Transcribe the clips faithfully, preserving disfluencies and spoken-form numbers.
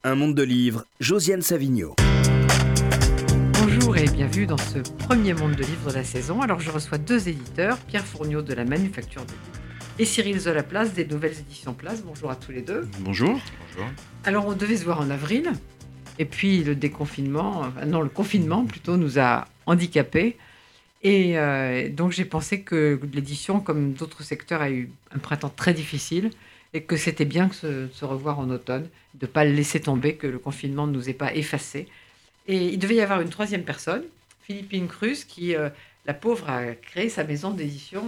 Un monde de livres, Josiane Savigno. Bonjour et bienvenue dans ce premier monde de livres de la saison. Alors je reçois deux éditeurs, Pierre Fourniot de la Manufacture des Livres et Cyril Zolaplace des Nouvelles Éditions Place. Bonjour à tous les deux. Bonjour. Bonjour. Alors on devait se voir en avril et puis le déconfinement, enfin, non le confinement plutôt nous a handicapés. Et euh, donc j'ai pensé que l'édition, comme d'autres secteurs, a eu un printemps très difficile et que c'était bien de se, de se revoir en automne, de ne pas le laisser tomber, que le confinement ne nous ait pas effacés. Et il devait y avoir une troisième personne, Philippine Cruz, qui, euh, la pauvre, a créé sa maison d'édition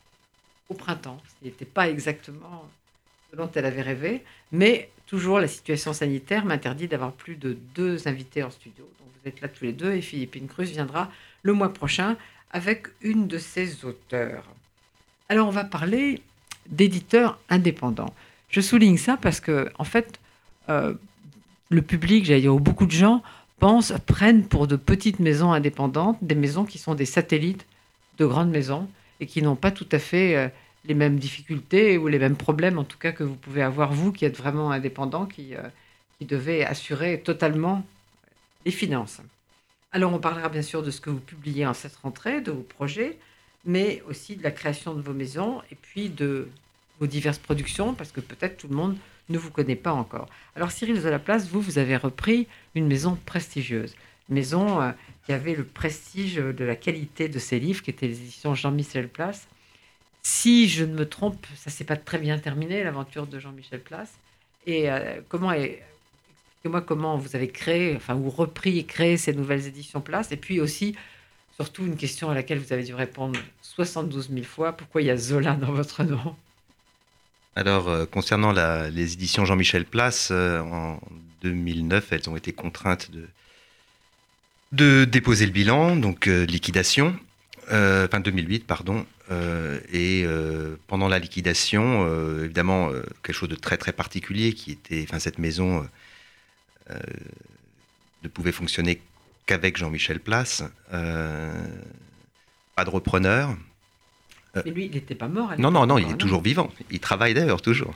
au printemps. Ce n'était pas exactement ce dont elle avait rêvé, mais toujours la situation sanitaire m'interdit d'avoir plus de deux invités en studio. Donc vous êtes là tous les deux et Philippine Cruz viendra le mois prochain avec une de ses auteurs. Alors on va parler d'éditeurs indépendants. Je souligne ça parce que, en fait, euh, le public, j'allais dire, beaucoup de gens pensent, prennent pour de petites maisons indépendantes, des maisons qui sont des satellites de grandes maisons et qui n'ont pas tout à fait euh, les mêmes difficultés ou les mêmes problèmes, en tout cas, que vous pouvez avoir, vous, qui êtes vraiment indépendant, qui, euh, qui devez assurer totalement les finances. Alors, on parlera bien sûr de ce que vous publiez en cette rentrée, de vos projets, mais aussi de la création de vos maisons et puis de vos diverses productions, parce que peut-être tout le monde ne vous connaît pas encore. Alors, Cyril Zolaplace, vous, vous avez repris une maison prestigieuse, une maison euh, qui avait le prestige de la qualité de ses livres, qui étaient les éditions Jean-Michel Place. Si je ne me trompe, ça ne s'est pas très bien terminé, l'aventure de Jean-Michel Place. Et euh, comment est... expliquez-moi comment vous avez créé, enfin, ou repris et créé ces nouvelles éditions Place, et puis aussi, surtout, une question à laquelle vous avez dû répondre soixante-douze mille fois, pourquoi il y a Zola dans votre nom ? Alors, euh, concernant la, les éditions Jean-Michel Place, euh, en deux mille neuf, elles ont été contraintes de, de déposer le bilan, donc euh, liquidation, euh, enfin deux mille huit, pardon, euh, et euh, pendant la liquidation, euh, évidemment, euh, quelque chose de très très particulier, qui était, enfin cette maison euh, ne pouvait fonctionner qu'avec Jean-Michel Place, euh, pas de repreneur. Mais lui, il n'était pas mort. Non, non, non, il est toujours vivant. Il travaille d'ailleurs, toujours.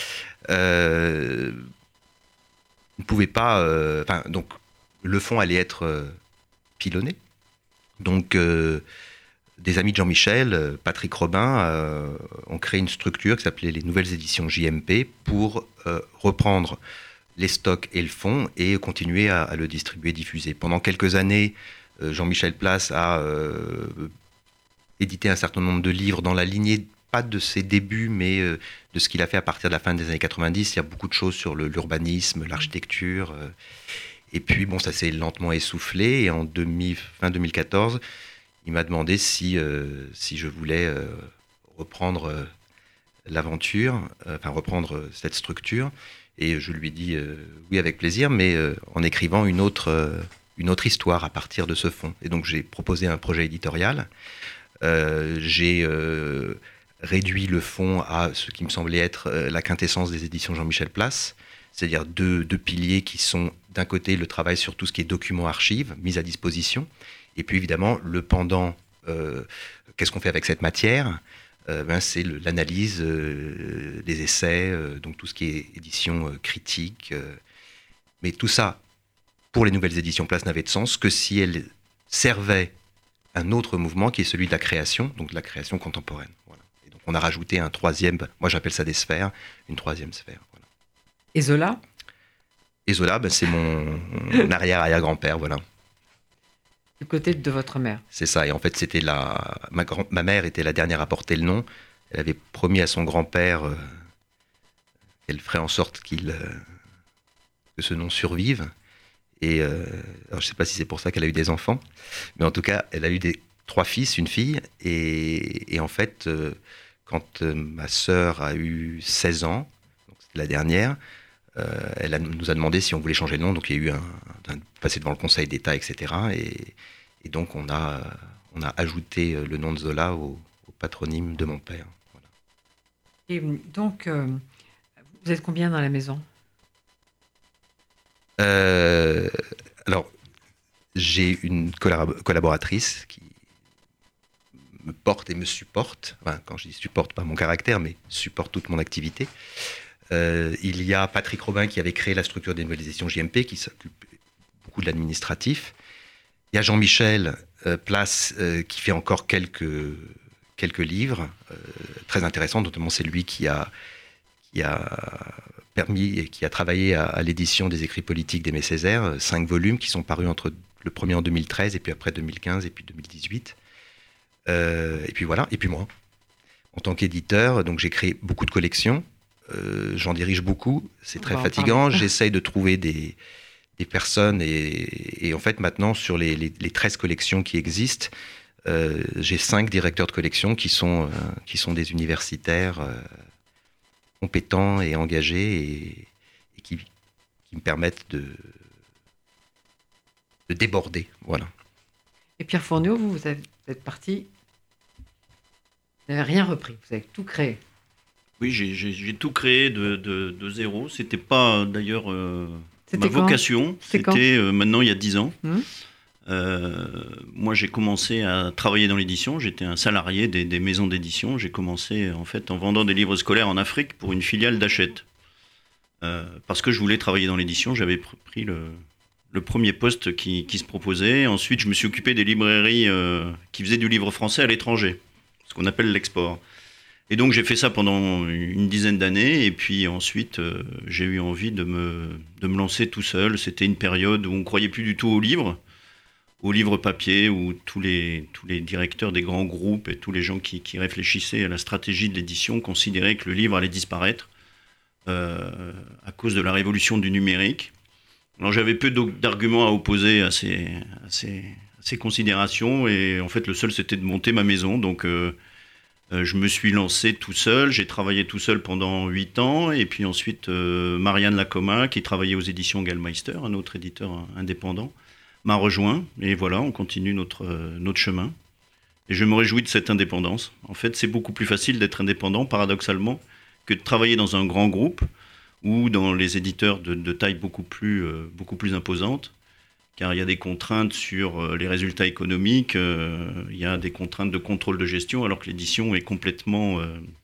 Euh, il ne pouvait pas... Euh, enfin, donc, le fonds allait être euh, pilonné. Donc, euh, des amis de Jean-Michel, euh, Patrick Robin, euh, ont créé une structure qui s'appelait les Nouvelles Éditions J M P pour euh, reprendre les stocks et le fonds et continuer à, à le distribuer, diffuser. Pendant quelques années, euh, Jean-Michel Place a... Euh, édité un certain nombre de livres dans la lignée, pas de ses débuts, mais euh, de ce qu'il a fait à partir de la fin des années quatre-vingt-dix. Il y a beaucoup de choses sur le, l'urbanisme, l'architecture. Euh, et puis, bon, ça s'est lentement essoufflé. Et en demi, fin deux mille quatorze, il m'a demandé si, euh, si je voulais euh, reprendre euh, l'aventure, euh, enfin reprendre euh, cette structure. Et je lui ai dit euh, oui, avec plaisir, mais euh, en écrivant une autre, euh, une autre histoire à partir de ce fonds. Et donc, j'ai proposé un projet éditorial. Euh, j'ai euh, réduit le fonds à ce qui me semblait être euh, la quintessence des éditions Jean-Michel Place, c'est-à-dire deux, deux piliers qui sont d'un côté le travail sur tout ce qui est documents archives, mise à disposition, et puis évidemment le pendant, euh, qu'est-ce qu'on fait avec cette matière, euh, ben, c'est le, l'analyse, euh, les essais, euh, donc tout ce qui est édition euh, critique. Euh, mais tout ça, pour les nouvelles éditions Place, n'avait de sens que si elles servaient un autre mouvement qui est celui de la création, donc de la création contemporaine. Voilà. Et donc on a rajouté un troisième, moi j'appelle ça des sphères, une troisième sphère. Voilà. Et Zola ? Et Zola, ben, c'est mon, mon arrière-arrière-grand-père, voilà. Du côté de votre mère. C'est ça, et en fait c'était la, ma, grand, ma mère était la dernière à porter le nom, elle avait promis à son grand-père euh, qu'elle ferait en sorte qu'il, euh, que ce nom survive. Et euh, alors je ne sais pas si c'est pour ça qu'elle a eu des enfants, mais en tout cas, elle a eu des, trois fils, une fille. Et, et en fait, euh, quand euh, ma sœur a eu seize ans, donc c'était la dernière, euh, elle a, nous a demandé si on voulait changer de nom. Donc il y a eu un, un passé devant le Conseil d'État, et cetera. Et, et donc on a, on a ajouté le nom de Zola au, au patronyme de mon père. Voilà. Et donc, euh, vous êtes combien dans la maison ? Euh, alors, j'ai une collab- collaboratrice qui me porte et me supporte. Enfin, quand je dis supporte, pas mon caractère, mais supporte toute mon activité. Euh, il y a Patrick Robin qui avait créé la structure des nouvelles éditions J M P, qui s'occupe beaucoup de l'administratif. Il y a Jean-Michel euh, Place euh, qui fait encore quelques, quelques livres euh, très intéressants, notamment c'est lui qui a, qui a permis et qui a travaillé à, à l'édition des écrits politiques d'Aimé Césaire, cinq volumes qui sont parus entre le premier en deux mille treize et puis après deux mille quinze et puis deux mille dix-huit. Euh, et puis voilà, et puis moi, en tant qu'éditeur, donc j'ai créé beaucoup de collections, euh, j'en dirige beaucoup, c'est très fatigant, j'essaye de trouver des, des personnes et, et en fait maintenant sur les, les, les treize collections qui existent, euh, j'ai cinq directeurs de collection qui sont, euh, qui sont des universitaires euh, compétents et engagés et, et qui, qui me permettent de, de déborder, voilà. Et Pierre Fourniau, vous, vous êtes parti... Vous n'avez rien repris, vous avez tout créé. Oui, j'ai, j'ai, j'ai tout créé de, de, de zéro. C'était pas d'ailleurs euh, ma quand vocation. C'était, C'était euh, maintenant il y a dix ans. Mmh. Euh, moi, j'ai commencé à travailler dans l'édition. J'étais un salarié des, des maisons d'édition. J'ai commencé en fait en vendant des livres scolaires en Afrique pour une filiale d'Hachette. Euh, parce que je voulais travailler dans l'édition, j'avais pr- pris le, le premier poste qui, qui se proposait. Ensuite, je me suis occupé des librairies euh, qui faisaient du livre français à l'étranger, ce qu'on appelle l'export. Et donc j'ai fait ça pendant une dizaine d'années, et puis ensuite euh, j'ai eu envie de me, de me lancer tout seul. C'était une période où on ne croyait plus du tout aux livres, aux livres papier, où tous les, tous les directeurs des grands groupes et tous les gens qui, qui réfléchissaient à la stratégie de l'édition considéraient que le livre allait disparaître euh, à cause de la révolution du numérique. Alors j'avais peu d'arguments à opposer à ces, à ces, à ces considérations, et en fait le seul c'était de monter ma maison, donc euh, euh, je me suis lancé tout seul, j'ai travaillé tout seul pendant huit ans, et puis ensuite euh, Marianne Lacoma, qui travaillait aux éditions Gallmeister, un autre éditeur indépendant, m'a rejoint, et voilà, on continue notre, euh, notre chemin. Et je me réjouis de cette indépendance. En fait, c'est beaucoup plus facile d'être indépendant, paradoxalement, que de travailler dans un grand groupe, ou dans les éditeurs de, de taille beaucoup plus, euh, beaucoup plus imposante, car il y a des contraintes sur euh, les résultats économiques, euh, il y a des contraintes de contrôle de gestion, alors que l'édition est complètement euh,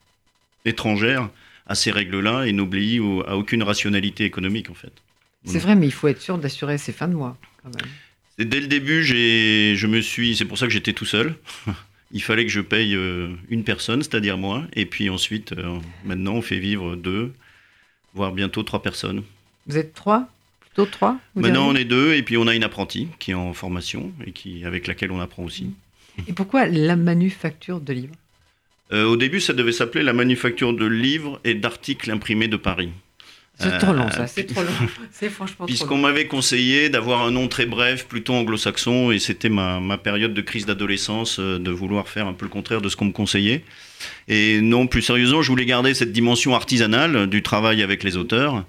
étrangère à ces règles-là et n'obéit au, à aucune rationalité économique, en fait. C'est vrai, mais il faut être sûr d'assurer ses fins de mois, quand même. Et dès le début, j'ai, je me suis, c'est pour ça que j'étais tout seul. Il fallait que je paye euh, une personne, c'est-à-dire moi, et puis ensuite, euh, maintenant, on fait vivre deux, voire bientôt trois personnes. Vous êtes trois ? Plutôt trois ? Maintenant, on est deux, et puis on a une apprentie qui est en formation, et qui, avec laquelle on apprend aussi. Et pourquoi la manufacture de livres ? euh, Au début, ça devait s'appeler la manufacture de livres et d'articles imprimés de Paris. C'est trop long, ça, c'est trop long. C'est franchement Puisqu'on trop long. m'avait conseillé d'avoir un nom très bref, plutôt anglo-saxon, et c'était ma, ma période de crise d'adolescence, euh, de vouloir faire un peu le contraire de ce qu'on me conseillait. Et non, plus sérieusement, je voulais garder cette dimension artisanale du travail avec les auteurs,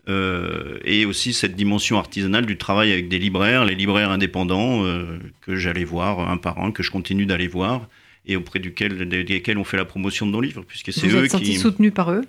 euh, et aussi cette dimension artisanale du travail avec des libraires, les libraires indépendants, euh, que j'allais voir un par un, que je continue d'aller voir, et auprès duquel, desquels on fait la promotion de nos livres, puisque c'est Vous eux êtes senti qui... soutenu par eux ?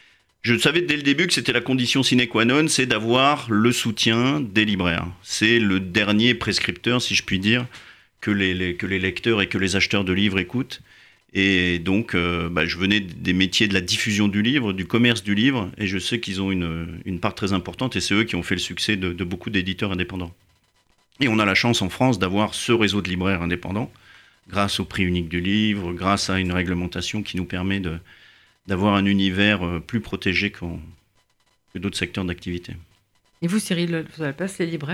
Je savais dès le début que c'était la condition sine qua non, c'est d'avoir le soutien des libraires. C'est le dernier prescripteur, si je puis dire, que les, les, que les lecteurs et que les acheteurs de livres écoutent. Et donc, euh, bah, je venais des métiers de la diffusion du livre, du commerce du livre, et je sais qu'ils ont une, une part très importante, et c'est eux qui ont fait le succès de, de beaucoup d'éditeurs indépendants. Et on a la chance en France d'avoir ce réseau de libraires indépendants, grâce au prix unique du livre, grâce à une réglementation qui nous permet de... d'avoir un univers plus protégé que d'autres secteurs d'activité. Et vous, Cyril, vous avez place les libraires ?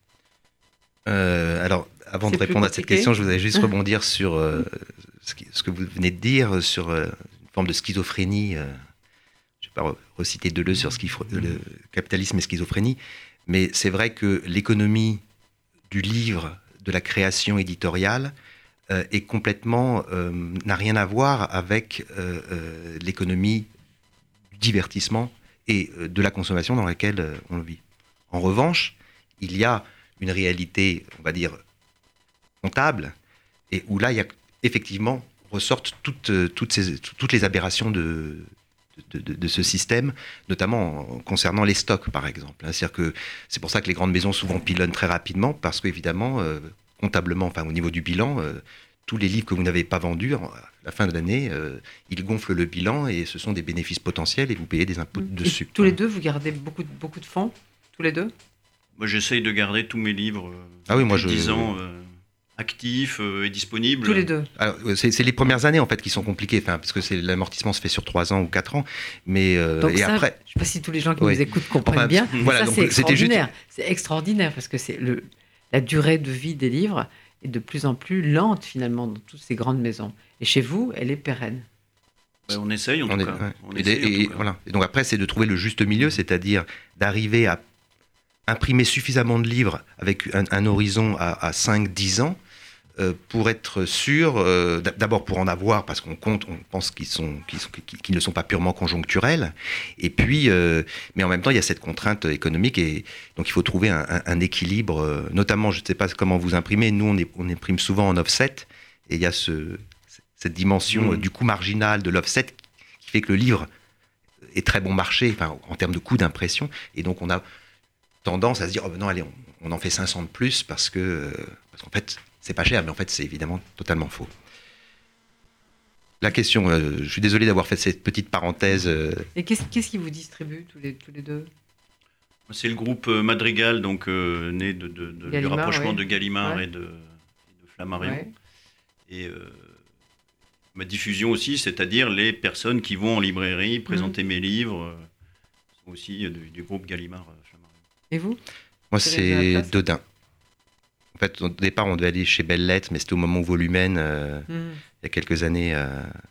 euh, Alors, avant C'est de répondre à cette question, je voudrais juste Hein rebondir sur euh, ce, qui, ce que vous venez de dire, sur euh, une forme de schizophrénie. Euh, je ne vais pas reciter Deleuze sur schifre, le capitalisme et schizophrénie, mais c'est vrai que l'économie du livre, de la création éditoriale, Euh, est complètement, euh, n'a rien à voir avec euh, euh, l'économie du divertissement et euh, de la consommation dans laquelle euh, on vit. En revanche, il y a une réalité, on va dire, comptable, et où là, il y a effectivement, ressortent toutes, toutes, ces, toutes les aberrations de, de, de, de ce système, notamment concernant les stocks, par exemple. C'est-à-dire que c'est pour ça que les grandes maisons souvent pilonnent très rapidement, parce qu'évidemment, euh, comptablement, enfin au niveau du bilan, euh, tous les livres que vous n'avez pas vendus, à la fin de l'année, euh, ils gonflent le bilan et ce sont des bénéfices potentiels et vous payez des impôts Et dessus. tous les deux, vous gardez beaucoup de, beaucoup de fonds, tous les deux? Moi, j'essaye de garder tous mes livres euh, Ah oui, moi, depuis je- dix ans euh, actifs euh, et disponibles. Tous les deux. Alors, euh, c'est, c'est les premières années en fait qui sont compliquées, enfin, parce que c'est, l'amortissement se fait sur trois ans ou quatre ans, mais euh, Donc et ça, après, je ne sais pas si tous les gens qui Oui. nous écoutent comprennent Enfin, bien. voilà, ça, donc, c'est c'était juste- extraordinaire. C'est extraordinaire parce que c'est le, la durée de vie des livres est de plus en plus lente finalement dans toutes ces grandes maisons. Et chez vous, elle est pérenne. Ouais, on essaye en on tout est- cas. ouais. On et, essaye, en et- tout cas. voilà. Et donc après, c'est de trouver le juste milieu, c'est-à-dire d'arriver à imprimer suffisamment de livres avec un, un horizon à, à cinq dix ans euh, pour être sûr, euh, d'abord pour en avoir, parce qu'on compte, on pense qu'ils, sont, qu'ils, sont, qu'ils, qu'ils ne sont pas purement conjoncturels, et puis, euh, mais en même temps, il y a cette contrainte économique, et donc il faut trouver un, un, un équilibre, euh, notamment, je ne sais pas comment vous imprimez, nous on, est, on imprime souvent en offset, et il y a ce, cette dimension Mmh. euh, du coût marginal de l'offset qui fait que le livre est très bon marché, enfin, en termes de coût d'impression, et donc on a tendance à se dire, oh ben non, allez, on, on en fait cinq cents de plus, parce que, euh, parce qu'en fait, c'est pas cher, mais en fait, c'est évidemment totalement faux. La question, euh, je suis désolé d'avoir fait cette petite parenthèse. euh, Et qu'est-ce, qu'est-ce qui vous distribue tous les, tous les deux? C'est le groupe euh, Madrigal, donc euh, né de, de- de- du Gallimard, rapprochement oui. de Gallimard Ouais. et de, et de Flammarion. Ouais. Et euh, ma diffusion aussi, c'est-à-dire les personnes qui vont en librairie présenter Mhm. mes livres, euh, sont aussi euh, du, du groupe Gallimard euh, Flammarion. Et vous? moi, Quelle est la c'est place Dodin. En fait, au départ, on devait aller chez Belles Lettres, mais c'était au moment où Volumen, euh, Mmh. il y a quelques années, euh,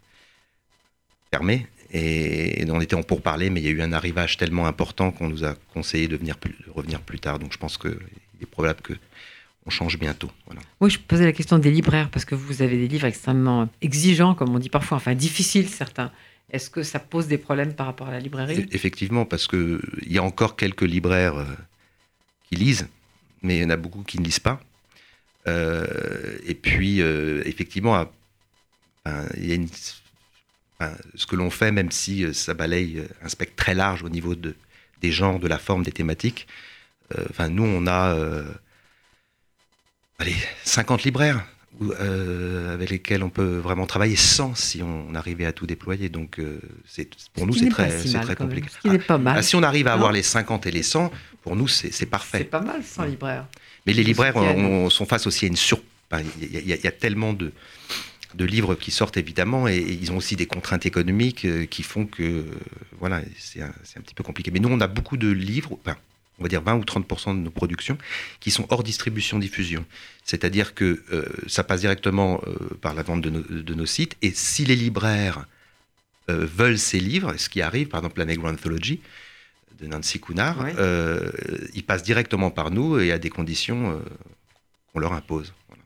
fermé. Et on était en pourparlers, mais il y a eu un arrivage tellement important qu'on nous a conseillé de, venir plus- de revenir plus tard. Donc je pense qu'il est probable qu'on change bientôt. Voilà. Oui, je posais la question des libraires parce que vous avez des livres extrêmement exigeants, comme on dit parfois, enfin difficiles certains. Est-ce que ça pose des problèmes par rapport à la librairie? E- Effectivement, parce qu'il y a encore quelques libraires euh, qui lisent, mais il y en a beaucoup qui ne lisent pas. Euh, et puis, euh, effectivement, à- enfin, il y a une- enfin, ce que l'on fait, même si euh, ça balaye euh, un spectre très large au niveau de, des genres, de la forme, des thématiques, euh, enfin, nous, on a euh, allez, cinquante libraires où, euh, avec lesquels on peut vraiment travailler cent si on arrivait à tout déployer. Donc, euh, c'est, pour nous, Ce qui c'est n'est très, pas si c'est mal, très quand même. compliqué. Ce qui n'est pas mal. Ah, si on arrive à avoir Non. les cinquante et les cent, pour nous, c'est, c'est parfait. C'est pas mal sans libraire. Mais les Ils libraires soutiennent. on, on sont face aussi à une sur... enfin, Il y, a- il y a- il y a tellement de, de livres qui sortent, évidemment, et, et ils ont aussi des contraintes économiques euh, qui font que... euh, voilà, c'est un, c'est un petit peu compliqué. Mais nous, on a beaucoup de livres, enfin, on va dire vingt ou trente pour cent de nos productions, qui sont hors distribution-diffusion. C'est-à-dire que euh, ça passe directement euh, par la vente de, nos- de nos sites, et si les libraires euh, veulent ces livres, ce qui arrive, par exemple la Negro Anthology de Nancy Cunard, Ouais. euh, ils passent directement par nous et à des conditions euh, qu'on leur impose. Voilà.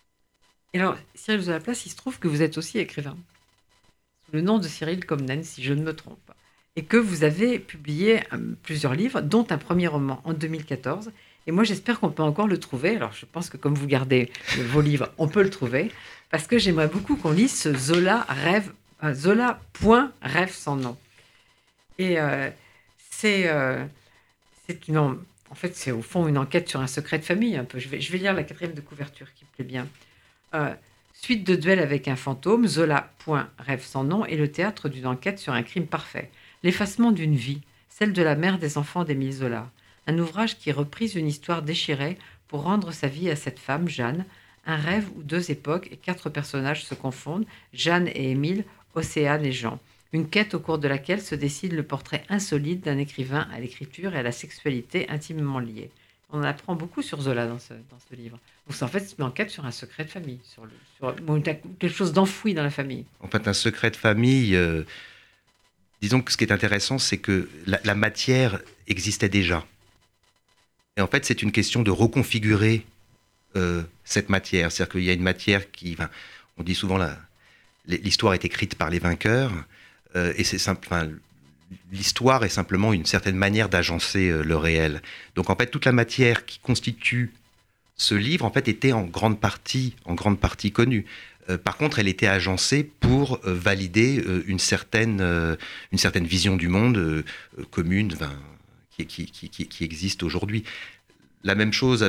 Et alors, Cyril Zolaplace, il se trouve que vous êtes aussi écrivain. Sous le nom de Cyril Comnen, si je ne me trompe pas. Et que vous avez publié euh, plusieurs livres, dont un premier roman en deux mille quatorze. Et moi, j'espère qu'on peut encore le trouver. Alors, je pense que comme vous gardez euh, vos livres, on peut le trouver. Parce que j'aimerais beaucoup qu'on lise ce Zola rêve, euh, Zola point rêve sans nom. Et euh, c'est, euh, c'est une, en en fait, c'est au fond une enquête sur un secret de famille. Un peu. Je vais, je vais lire la quatrième de couverture qui me plaît bien. Euh, Suite de duel avec un fantôme, Zola point rêve sans nom est le théâtre d'une enquête sur un crime parfait. L'effacement d'une vie, celle de la mère des enfants d'Émile Zola. Un ouvrage qui reprise une histoire déchirée pour rendre sa vie à cette femme, Jeanne. Un rêve où deux époques et quatre personnages se confondent, Jeanne et Émile, Océane et Jean. Une quête au cours de laquelle se dessine le portrait insolite d'un écrivain à l'écriture et à la sexualité intimement liés. On en apprend beaucoup sur Zola dans ce, dans ce livre. Donc, en fait, c'est une enquête sur un secret de famille, sur, le, sur bon, quelque chose d'enfoui dans la famille. En fait, un secret de famille, euh, disons que ce qui est intéressant, c'est que la, la matière existait déjà. Et en fait, c'est une question de reconfigurer euh, cette matière. C'est-à-dire qu'il y a une matière qui... Enfin, on dit souvent la, l'histoire est écrite par les vainqueurs, euh, et c'est simple... Enfin, l'histoire est simplement une certaine manière d'agencer euh, le réel. Donc en fait, toute la matière qui constitue ce livre, en fait, était en grande partie, en grande partie connue. Euh, par contre, elle était agencée pour euh, valider euh, une, certaine, euh, une certaine vision du monde euh, euh, commune, ben, qui, qui, qui, qui, qui existe aujourd'hui. La même chose avec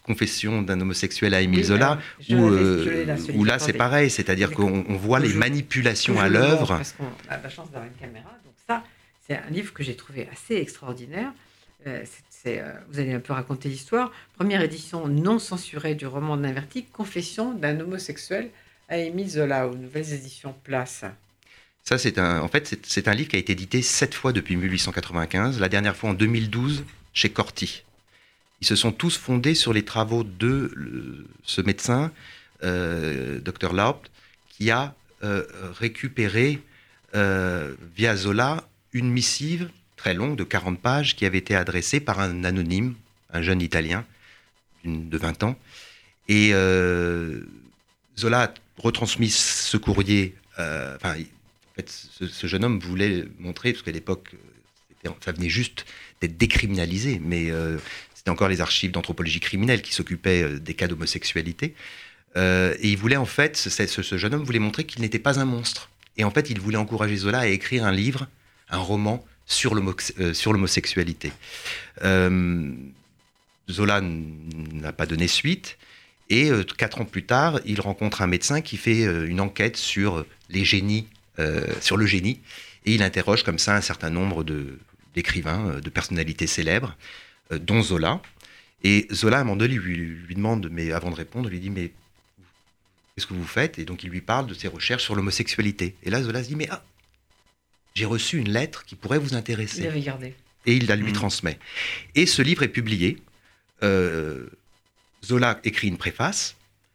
Confession d'un homosexuel à Émile Oui, Zola, alors, je où, l'avais- euh, je l'ai là, celui-là, où là c'est attendez. pareil, c'est-à-dire Mais qu'on on voit les je- manipulations que à je le montre, l'œuvre. parce qu'on a la chance d'avoir une caméra. Donc ça, c'est un livre que j'ai trouvé assez extraordinaire. Euh, c'est, c'est, euh, vous allez un peu raconter l'histoire. Première édition non censurée du roman d'Inverti, Confession d'un homosexuel à Émile Zola, aux nouvelles éditions Place. Ça, c'est un, en fait, c'est, c'est un livre qui a été édité sept fois depuis mille huit cent quatre-vingt-quinze, la dernière fois en deux mille douze chez Corti. Ils se sont tous fondés sur les travaux de le- ce médecin, euh, docteur Laupt, qui a euh, récupéré euh, via Zola une missive très longue de quarante pages qui avait été adressée par un anonyme, un jeune Italien d'une- de vingt ans. Et euh, Zola a retransmis ce courrier. euh, Enfin, il- en fait, ce, ce jeune homme voulait montrer, parce qu'à l'époque, c'était- ça venait juste d'être décriminalisé, mais euh, c'était encore les archives d'anthropologie criminelle qui s'occupaient euh, des cas d'homosexualité. Euh, et il voulait en fait, ce, ce- ce jeune homme voulait montrer qu'il n'était pas un monstre. Et en fait, il voulait encourager Zola à écrire un livre, un roman sur, l'homo- euh, sur l'homosexualité. Euh, Zola n'a pas donné suite. Et euh, quatre ans plus tard, il rencontre un médecin qui fait euh, une enquête sur les génies, euh, sur le génie, et il interroge comme ça un certain nombre de, d'écrivains, euh, de personnalités célèbres, euh, dont Zola. Et Zola, à un moment donné, lui, lui demande, mais avant de répondre, lui dit, mais qu'est-ce que vous faites ? Et donc il lui parle de ses recherches sur l'homosexualité. Et là, Zola se dit, mais ah, j'ai reçu une lettre qui pourrait vous intéresser. Il avait gardé. Et il la lui Mmh. transmet. Et ce livre est publié. Euh, Zola écrit une préface.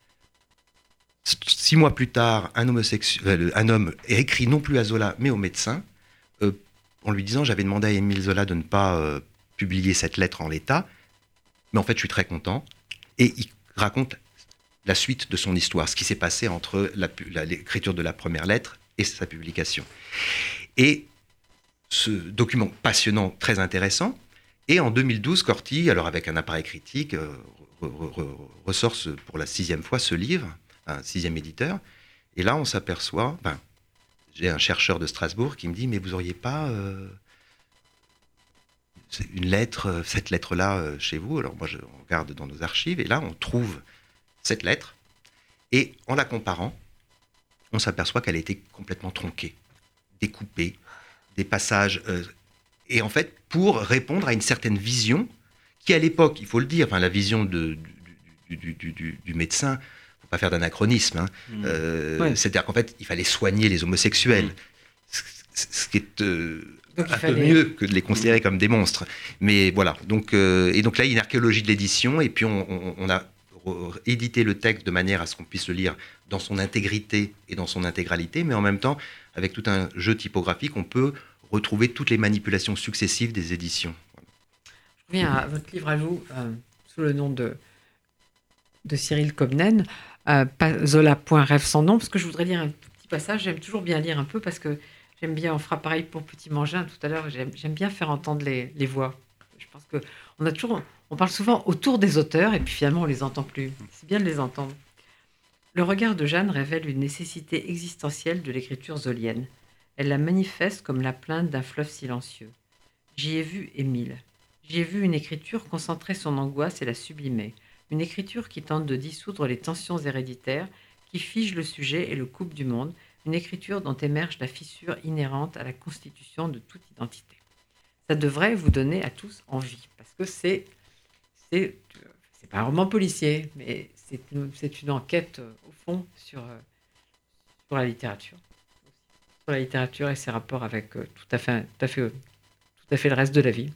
S- Six mois plus tard, un, homosexuel, un homme écrit non plus à Zola, mais au médecin, euh, en lui disant, j'avais demandé à Émile Zola de ne pas euh, publier cette lettre en l'état, mais en fait, je suis très content. Et il raconte la suite de son histoire, ce qui s'est passé entre la pu- la- l'écriture de la première lettre et sa publication. Et ce document passionnant, très intéressant. Et en deux mille douze, Corti, alors avec un appareil critique, euh, re- re- re- ressort ce- pour la sixième fois ce livre, un sixième éditeur. Et là, on s'aperçoit, ben, j'ai un chercheur de Strasbourg qui me dit, mais vous auriez pas euh, c'est une lettre, euh, cette lettre-là euh, chez vous? Alors moi, je on regarde dans nos archives, et là, on trouve cette lettre. Et en la comparant, on s'aperçoit qu'elle a été complètement tronquée, découpée, des passages... euh, et en fait, pour répondre à une certaine vision, qui à l'époque, il faut le dire, enfin, la vision de, du, du, du, du, du médecin, il ne faut pas faire d'anachronisme, hein, Mmh. euh, Ouais. c'est-à-dire qu'en fait, il fallait soigner les homosexuels, ce, ce qui est euh, Donc, il un peu fallait- mieux que de les considérer comme des monstres. Mais voilà, donc, euh, et donc là, il y a une archéologie de l'édition, et puis on, on, on a re- édité le texte de manière à ce qu'on puisse le lire dans son intégrité et dans son intégralité, mais en même temps, avec tout un jeu typographique, on peut retrouver toutes les manipulations successives des éditions. Je reviens à votre livre à vous, euh, sous le nom de, de Cyril Comnen, euh, pas- Zola point rêve sans nom, parce que je voudrais lire un tout petit passage. J'aime toujours bien lire un peu, parce que j'aime bien, on fera pareil pour Petit Mangin tout à l'heure, j'aime, j'aime bien faire entendre les, les voix. Je pense que on a toujours, on parle souvent autour des auteurs, et puis finalement on les entend plus. C'est bien de les entendre. Le regard de Jeanne révèle une nécessité existentielle de l'écriture zolienne. Elle la manifeste comme la plainte d'un fleuve silencieux. J'y ai vu Émile. J'y ai vu une écriture concentrer son angoisse et la sublimer. Une écriture qui tente de dissoudre les tensions héréditaires, qui fige le sujet et le coupe du monde. Une écriture dont émerge la fissure inhérente à la constitution de toute identité. Ça devrait vous donner à tous envie, parce que c'est, c'est, c'est pas un roman policier, mais c'est une, c'est une enquête euh, au fond sur, euh, sur la littérature. Sur la littérature et ses rapports avec euh, tout, à fait, tout, à fait, euh, tout à fait le reste de la vie.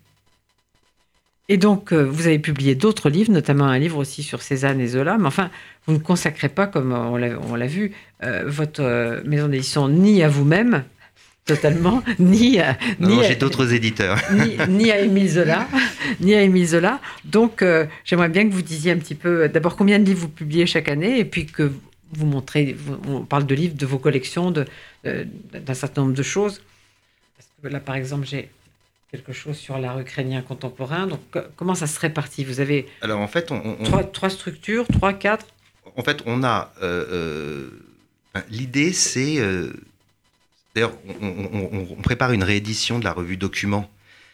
Et donc, euh, vous avez publié d'autres livres, notamment un livre aussi sur Cézanne et Zola, mais enfin, vous ne consacrez pas, comme euh, on l'a, on l'a vu, euh, votre euh, maison d'édition ni à vous-même, totalement, ni à, Non, ni non, à- j'ai d'autres éditeurs. ni, ni à Émile Zola, ni à Émile Zola. Donc, euh, j'aimerais bien que vous disiez un petit peu, euh, d'abord, combien de livres vous publiez chaque année, et puis que vous montrez, vous- on parle de livres, de vos collections, de, euh, d'un certain nombre de choses. Parce que là, par exemple, j'ai quelque chose sur l'art ukrainien contemporain. Donc, co- comment ça se répartit? Vous avez Alors en fait, on, on- trois, trois structures, trois, quatre. en fait, on a euh, euh, enfin, l'idée, c'est euh, d'ailleurs, on, on- on- on prépare une réédition de la revue Document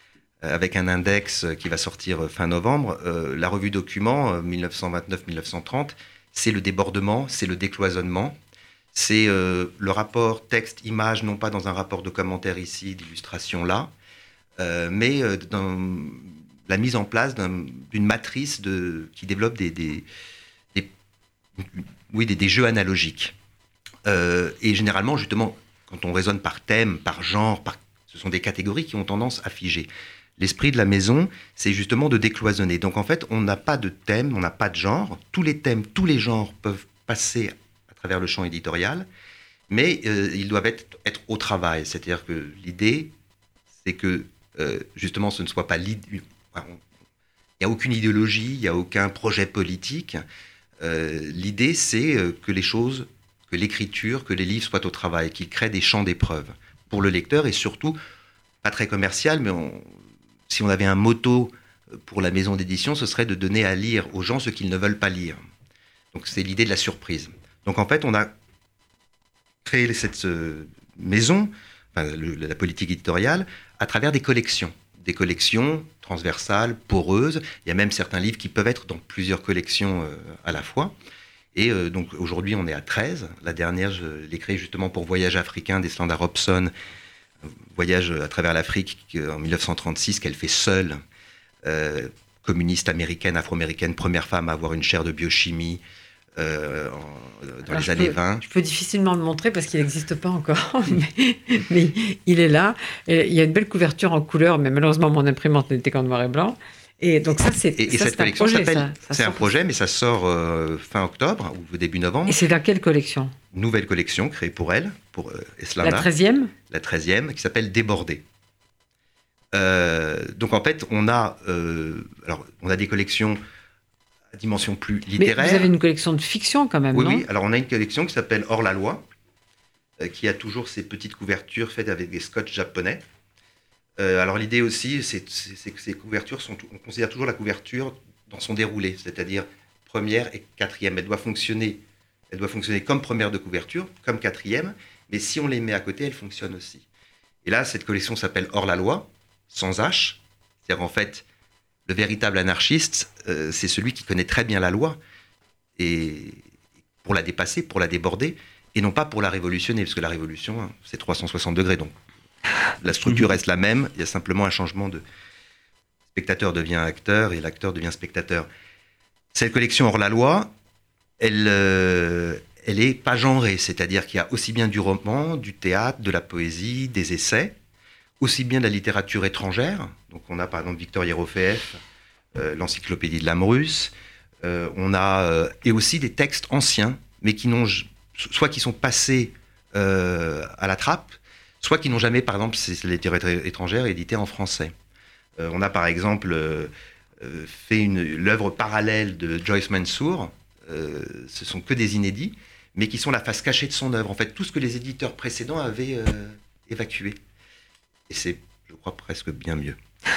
avec un index qui va sortir fin novembre. Euh, la revue Document, dix-neuf cent vingt-neuf à dix-neuf cent trente, c'est le débordement, c'est le décloisonnement, c'est euh, le rapport texte-image, non pas dans un rapport de commentaire ici, d'illustration là, euh, mais euh, dans la mise en place d'un, d'une matrice de, qui développe des, des, des, oui, des, des jeux analogiques. Euh, et généralement, justement, quand on raisonne par thème, par genre, par, ce sont des catégories qui ont tendance à figer. L'esprit de la maison, c'est justement de décloisonner. Donc en fait, on n'a pas de thème, on n'a pas de genre. Tous les thèmes, tous les genres peuvent passer à travers le champ éditorial, mais euh, ils doivent être, être au travail. C'est-à-dire que l'idée, c'est que euh, justement, ce ne soit pas l'idée. Il n'y a aucune idéologie, il n'y a aucun projet politique. Euh, l'idée, c'est que les choses, que l'écriture, que les livres soient au travail, qu'ils créent des champs d'épreuve pour le lecteur et surtout, pas très commercial, mais on, si on avait un motto pour la maison d'édition, ce serait de donner à lire aux gens ce qu'ils ne veulent pas lire. Donc c'est l'idée de la surprise. Donc en fait, on a créé cette euh, maison, enfin, le, la politique éditoriale, à travers des collections. Des collections transversales, poreuses. Il y a même certains livres qui peuvent être dans plusieurs collections euh, à la fois. Et euh, donc aujourd'hui, on est à treize. La dernière, je l'ai créée justement pour Voyage africain d'Eslanda Robson, voyage à travers l'Afrique en dix-neuf cent trente-six, qu'elle fait seule, euh, communiste américaine, afro-américaine, première femme à avoir une chaire de biochimie euh, en, dans Alors les années peux, vingt. Je peux difficilement le montrer parce qu'il n'existe pas encore, mais, mais il est là. Et il y a une belle couverture en couleur, mais malheureusement, mon imprimante n'était qu'en noir et blanc. Et donc ça, c'est, et, et ça, cette c'est collection un projet, s'appelle, ça, ça c'est un projet, mais ça sort euh, fin octobre ou début novembre. Et c'est dans quelle collection ? Nouvelle collection créée pour elle, pour euh, Eslanda. La treizième ? La treizième, qui s'appelle Débordé. Euh, donc en fait, on a, euh, alors, on a des collections à dimension plus littéraire. Mais vous avez une collection de fiction quand même, oui, non ? Oui, alors on a une collection qui s'appelle Hors la loi, euh, qui a toujours ces petites couvertures faites avec des scotch japonais. Euh, alors l'idée aussi, c'est, c'est, c'est que ces couvertures sont, on considère toujours la couverture dans son déroulé, c'est-à-dire première et quatrième. Elle doit fonctionner, elle doit fonctionner comme première de couverture, comme quatrième, mais si on les met à côté, elles fonctionnent aussi. Et là, cette collection s'appelle Hors la loi, sans H, c'est-à-dire en fait, le véritable anarchiste, euh, c'est celui qui connaît très bien la loi, et pour la dépasser, pour la déborder, et non pas pour la révolutionner, parce que la révolution, c'est trois cent soixante degrés, donc la structure reste la même, il y a simplement un changement de spectateur devient acteur et l'acteur devient spectateur. Cette collection Hors la loi, elle, euh, elle est pas genrée, c'est-à-dire qu'il y a aussi bien du roman, du théâtre, de la poésie, des essais, aussi bien de la littérature étrangère. Donc on a par exemple Victor Yerofeev, euh, l'encyclopédie de l'âme russe, euh, on a euh, et aussi des textes anciens, mais qui n'ont soit qui sont passés euh, à la trappe, soit qui n'ont jamais, par exemple, c'est la littérature étrangère éditée en français. Euh, on a par exemple euh, fait une, l'œuvre parallèle de Joyce Mansour, euh, ce sont que des inédits, mais qui sont la face cachée de son œuvre. En fait, tout ce que les éditeurs précédents avaient euh, évacué. Et c'est, je crois, presque bien mieux.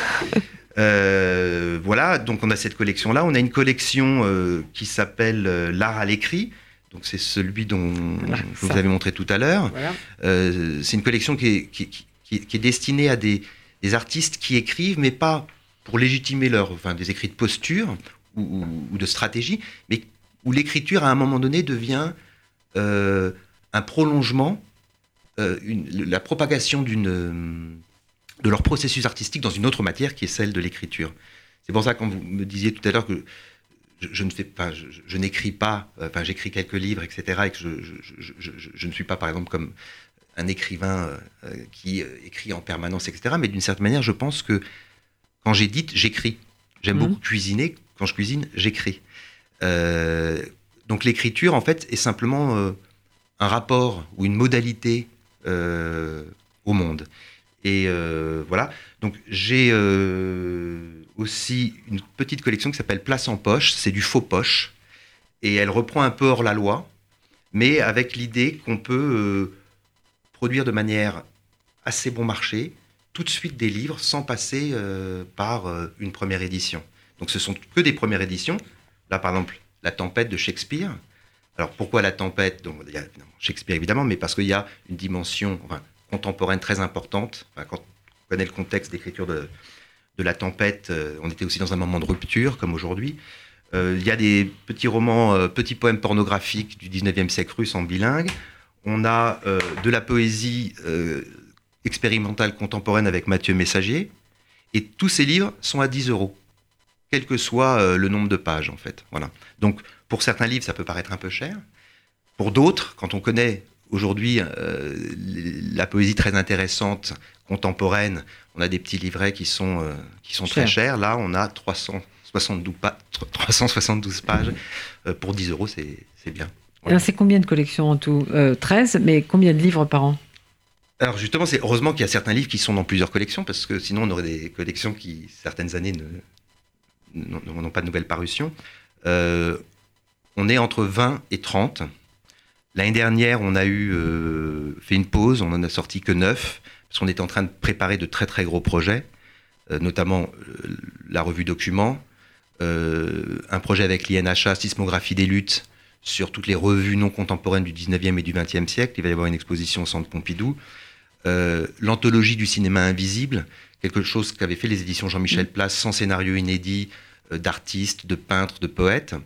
euh, voilà, donc on a cette collection-là. On a une collection euh, qui s'appelle euh, L'art à l'écrit. Donc c'est celui dont voilà, je vous avais montré tout à l'heure. Voilà. Euh, c'est une collection qui est, qui, qui, qui est destinée à des, des artistes qui écrivent, mais pas pour légitimer leur, enfin, des écrits de posture ou, ou, ou de stratégie, mais où l'écriture, à un moment donné, devient euh, un prolongement, euh, une, la propagation d'une, de leur processus artistique dans une autre matière qui est celle de l'écriture. C'est pour ça que quand vous me disiez tout à l'heure que Je, je ne fais pas, je, je n'écris pas, enfin j'écris quelques livres, et cetera. Et que je, je, je, je, je ne suis pas, par exemple, comme un écrivain euh, qui écrit en permanence, et cetera. Mais d'une certaine manière, je pense que quand j'édite, j'écris. J'aime mmh. beaucoup cuisiner. Quand je cuisine, j'écris. Euh, donc l'écriture, en fait, est simplement euh, un rapport ou une modalité euh, au monde. Et euh, voilà. Donc j'ai euh, aussi une petite collection qui s'appelle Place en poche. C'est du faux poche. Et elle reprend un peu Hors la loi, mais avec l'idée qu'on peut euh, produire de manière assez bon marché tout de suite des livres sans passer euh, par euh, une première édition. Donc ce sont que des premières éditions. Là, par exemple, La Tempête de Shakespeare. Alors pourquoi La Tempête ? Donc, il y a Shakespeare évidemment, mais parce qu'il y a une dimension enfin, contemporaine très importante. Enfin, quand on connaît le contexte d'écriture de, de la tempête. Euh, on était aussi dans un moment de rupture, comme aujourd'hui. Euh, il y a des petits romans, euh, petits poèmes pornographiques du dix-neuvième siècle russe en bilingue. On a euh, de la poésie euh, expérimentale contemporaine avec Mathieu Messager. Et tous ces livres sont à dix euros, quel que soit euh, le nombre de pages, en fait. Voilà. Donc, pour certains livres, ça peut paraître un peu cher. Pour d'autres, quand on connaît aujourd'hui euh, la poésie très intéressante, contemporaine, on a des petits livrets qui sont, euh, qui sont très chers. Là, on a trois cent soixante-douze, pa- trois cent soixante-douze pages. Euh, pour dix euros, c'est, c'est bien. Voilà. Alors, c'est combien de collections en tout euh, treize, mais combien de livres par an? Alors justement, c'est heureusement qu'il y a certains livres qui sont dans plusieurs collections, parce que sinon on aurait des collections qui, certaines années, ne, n'ont pas de nouvelles parutions. Euh, on est entre vingt et trente. L'année dernière, on a eu euh, fait une pause, on n'en a sorti que neuf, parce qu'on était en train de préparer de très très gros projets, euh, notamment euh, la revue Document, euh, un projet avec l'I N H A, Sismographie des luttes, sur toutes les revues non contemporaines du dix-neuvième et du vingtième siècle. Il va y avoir une exposition au Centre Pompidou. Euh, l'anthologie du cinéma invisible, quelque chose qu'avaient fait les éditions Jean-Michel Place, sans scénario inédit, euh, d'artistes, de peintres, de poètes,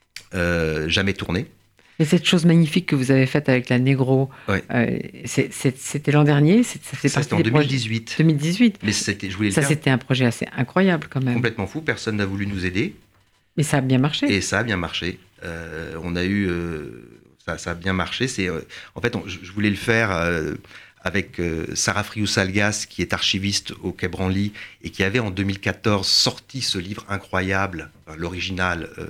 euh, jamais tourné. Et cette chose magnifique que vous avez faite avec la Négro, ouais. euh, c'est, c'est, c'était l'an dernier, c'est, ça fait ça, partie c'était en des deux mille dix-huit. Projets... deux mille dix-huit. Mais c'était, je voulais le ça, faire. C'était un projet assez incroyable quand même. Complètement fou, personne n'a voulu nous aider. Mais ça a bien marché. Et ça a bien marché. Euh, on a eu, euh, ça, ça a bien marché. C'est, euh, en fait, on, je voulais le faire euh, avec euh, Sarah Friou-Salgas, qui est archiviste au Quai Branly et qui avait en deux mille quatorze sorti ce livre incroyable, enfin, l'original euh,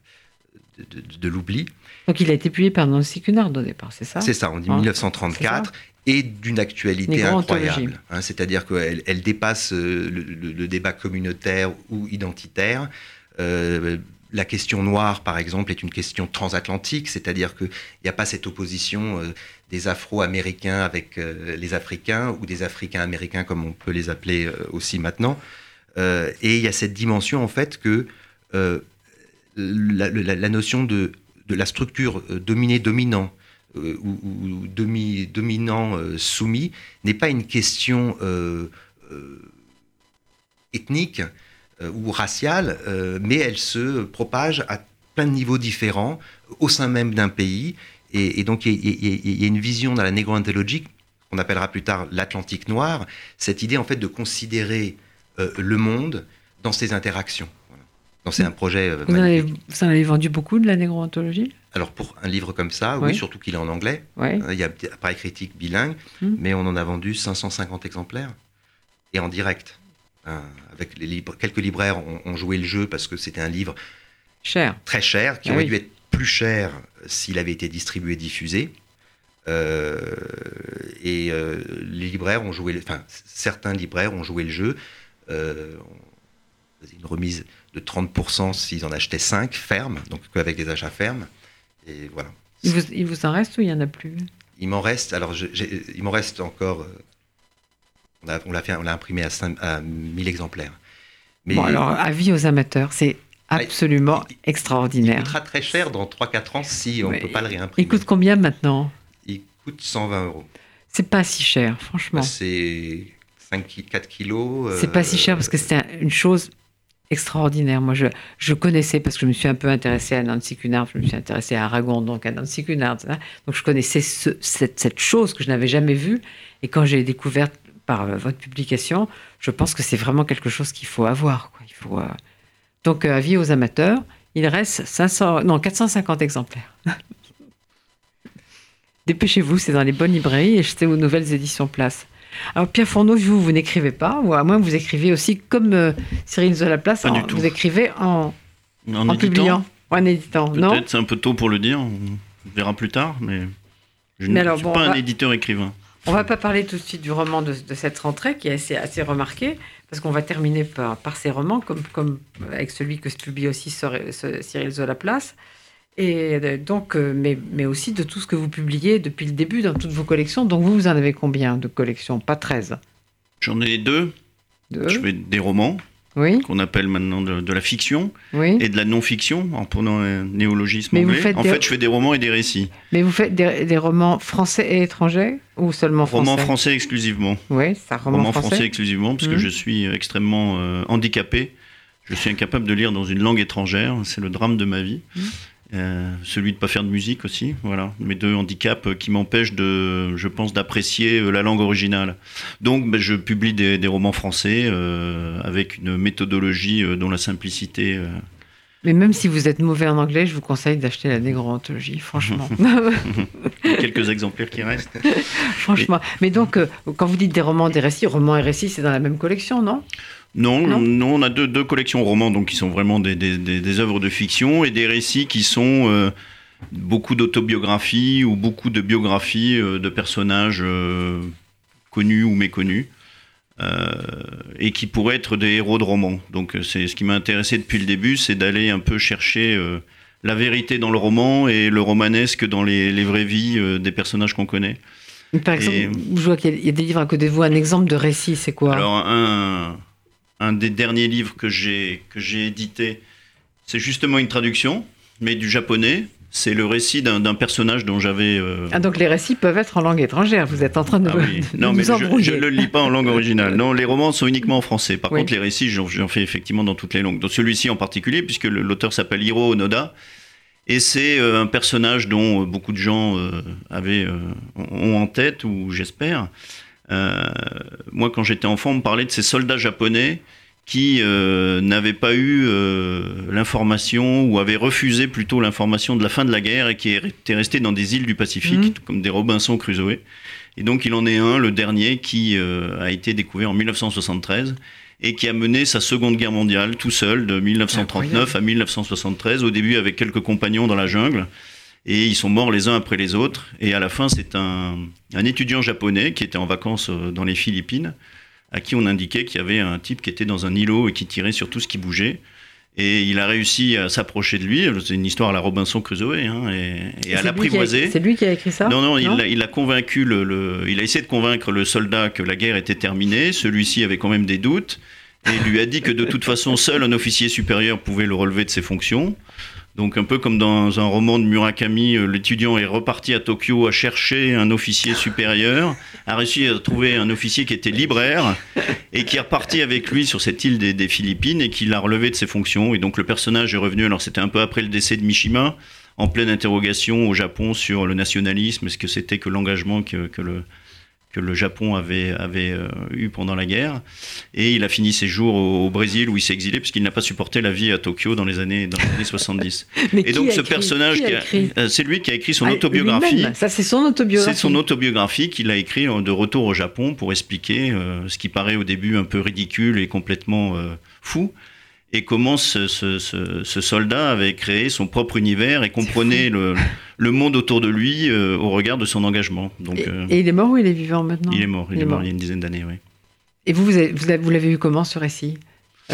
de, de, de l'oubli. Donc il a été publié par Nancy Cunard au départ, c'est ça? C'est ça, en hein, dix-neuf cent trente-quatre. Et d'une actualité incroyable. Hein, c'est-à-dire qu'elle elle dépasse euh, le, le, le débat communautaire ou identitaire. Euh, la question noire, par exemple, est une question transatlantique, c'est-à-dire qu'il n'y a pas cette opposition euh, des Afro-Américains avec euh, les Africains, ou des Africains-Américains, comme on peut les appeler euh, aussi maintenant. Euh, et il y a cette dimension, en fait, que euh, la, la, la notion de, de la structure euh, dominé-dominant, euh, ou, ou demi, dominant-soumis, euh, n'est pas une question euh, euh, ethnique, ou raciale, euh, mais elle se propage à plein de niveaux différents au sein même d'un pays. Et, et donc, il y, y, y a une vision dans la négro-anthologie, qu'on appellera plus tard l'Atlantique noir, cette idée en fait de considérer euh, le monde dans ses interactions. Voilà. Donc, c'est un projet euh, vous, en avez, vous en avez vendu beaucoup de la négro-anthologie? Alors, pour un livre comme ça, oui, oui surtout qu'il est en anglais. Oui. Il y a un appareil critique bilingue, hum. mais on en a vendu cinq cent cinquante exemplaires, et en direct. Avec les libres, quelques libraires ont, ont joué le jeu parce que c'était un livre cher, très cher, qui ah aurait oui. dû être plus cher s'il avait été distribué et diffusé. Euh, et euh, les libraires ont joué, enfin certains libraires ont joué le jeu. Euh, on faisait une remise de trente pour cent s'ils en achetaient cinq fermes, donc avec des achats fermes. Et voilà. Il vous, il vous en reste ou il y en a plus? Il m'en reste. Alors, je, il m'en reste encore. Euh, On l'a, on, l'a fait, on l'a imprimé à, cinq, à mille exemplaires. Mais bon, alors, avis aux amateurs, c'est absolument il, extraordinaire. Il coûtera très cher dans trois quatre ans si on ne peut pas le réimprimer. Il coûte combien maintenant? Il coûte cent vingt euros. C'est pas si cher, franchement. Bah, c'est cinq, quatre kilos. C'est euh, pas si cher parce que c'était une chose extraordinaire. Moi, je, je connaissais, parce que je me suis un peu intéressée à Nancy Cunard, je me suis intéressée à Aragon, donc à Nancy Cunard. Hein, donc je connaissais ce, cette, cette chose que je n'avais jamais vue. Et quand j'ai découvert par votre publication, je pense que c'est vraiment quelque chose qu'il faut avoir. Quoi. Il faut, euh... Donc, euh, avis aux amateurs, il reste cinq cents, non, quatre cent cinquante exemplaires. Dépêchez-vous, c'est dans les bonnes librairies et c'est aux Nouvelles Éditions Place. Alors, Pierre Fourneau, vous, vous n'écrivez pas, ou à moins que vous écrivez aussi comme euh, Cyril Zolaplace, en, vous écrivez en, en, en publiant, en éditant, Peut-être, non? Peut-être c'est un peu tôt pour le dire, on verra plus tard, mais je mais ne alors, suis bon, pas un va... éditeur-écrivain. On ne va pas parler tout de suite du roman de, de cette rentrée, qui est assez, assez remarqué, parce qu'on va terminer par, par ces romans, comme, comme avec celui que se publie aussi Cyril Zolaplace. Et donc, mais, mais aussi de tout ce que vous publiez depuis le début dans toutes vos collections. Donc, vous, vous en avez combien de collections? Pas treize? J'en ai deux. deux. Je fais des romans. oui. qu'on appelle maintenant de, de la fiction, oui. et de la non-fiction, en prenant un néologisme Mais anglais. vous En des... fait, je fais des romans et des récits. Mais vous faites des, des romans français et étrangers ou seulement français? Romans français exclusivement. Oui, ça, roman Romans français. français exclusivement, parce mmh. que je suis extrêmement euh, handicapé. Je suis incapable de lire dans une langue étrangère. C'est le drame de ma vie. Mmh. Euh, celui de ne pas faire de musique aussi, voilà, mes deux handicaps qui m'empêchent de, je pense, d'apprécier la langue originale. Donc ben, je publie des, des romans français euh, avec une méthodologie euh, dont la simplicité... Euh... Mais même si vous êtes mauvais en anglais, je vous conseille d'acheter la Négro-Anthologie, franchement. Quelques exemplaires qui restent. Franchement. Mais donc, euh, quand vous dites des romans, des récits, romans et récits, c'est dans la même collection, non ? Non, non, non, on a deux, deux collections romans donc, qui sont vraiment des, des, des, des œuvres de fiction et des récits qui sont euh, beaucoup d'autobiographies ou beaucoup de biographies euh, de personnages euh, connus ou méconnus euh, et qui pourraient être des héros de romans. Donc c'est, ce qui m'a intéressé depuis le début, c'est d'aller un peu chercher euh, la vérité dans le roman et le romanesque dans les, les vraies vies euh, des personnages qu'on connaît. Par exemple, et, je vois qu'il y a des livres à côté de vous, un exemple de récit, c'est quoi ? Alors, un... Un des derniers livres que j'ai, que j'ai édité, c'est justement une traduction, mais du japonais. C'est le récit d'un, d'un personnage dont j'avais... Euh... Ah, donc les récits peuvent être en langue étrangère. Vous êtes en train de, ah, oui. de non, nous mais embrouiller. je ne le lis pas en langue originale. Non, les romans sont uniquement en français. Par oui. contre, les récits, j'en, j'en fais effectivement dans toutes les langues. Donc celui-ci en particulier, puisque le, l'auteur s'appelle Hiro Onoda. Et c'est euh, un personnage dont euh, beaucoup de gens euh, avaient, euh, ont en tête, ou j'espère... Euh, moi, quand j'étais enfant, on me parlait de ces soldats japonais qui euh, n'avaient pas eu euh, l'information ou avaient refusé plutôt l'information de la fin de la guerre et qui étaient restés dans des îles du Pacifique, mmh. comme des Robinson Crusoe. Et donc, il en est un, le dernier, qui euh, a été découvert en dix-neuf cent soixante-treize et qui a mené sa Seconde Guerre mondiale tout seul, de dix-neuf cent trente-neuf à dix-neuf cent soixante-treize, au début avec quelques compagnons dans la jungle. Et ils sont morts les uns après les autres. Et à la fin, c'est un, un étudiant japonais qui était en vacances dans les Philippines, à qui on indiquait qu'il y avait un type qui était dans un îlot et qui tirait sur tout ce qui bougeait. Et il a réussi à s'approcher de lui. C'est une histoire à la Robinson Crusoe, hein, et, et à l'apprivoiser. C'est lui qui a écrit ça ? Non, non, non il, a, il a convaincu le, le, il a essayé de convaincre le soldat que la guerre était terminée. Celui-ci avait quand même des doutes et lui a dit que de toute façon, seul un officier supérieur pouvait le relever de ses fonctions. Donc un peu comme dans un roman de Murakami, l'étudiant est reparti à Tokyo à chercher un officier supérieur, a réussi à trouver un officier qui était libraire et qui est reparti avec lui sur cette île des, des Philippines et qui l'a relevé de ses fonctions. Et donc le personnage est revenu, alors c'était un peu après le décès de Mishima, en pleine interrogation au Japon sur le nationalisme, ce que c'était que l'engagement que, que le... que le Japon avait, avait euh, eu pendant la guerre. Et il a fini ses jours au, au Brésil où il s'est exilé puisqu'il n'a pas supporté la vie à Tokyo dans les années, dans les années soixante-dix. Mais et donc ce écrit, personnage, qui a qui a, c'est lui qui a écrit son ah, autobiographie. Lui-même. Ça, c'est son autobiographie. C'est son autobiographie qu'il a écrit de retour au Japon pour expliquer euh, ce qui paraît au début un peu ridicule et complètement euh, fou. Et comment ce, ce, ce, ce soldat avait créé son propre univers et comprenait le, le monde autour de lui euh, au regard de son engagement. Donc, et, euh, et il est mort ou il est vivant maintenant ? Il est mort, il, il est mort il y a une dizaine d'années, oui. Et vous, vous, avez, vous, avez, vous l'avez eu comment, ce récit ? euh...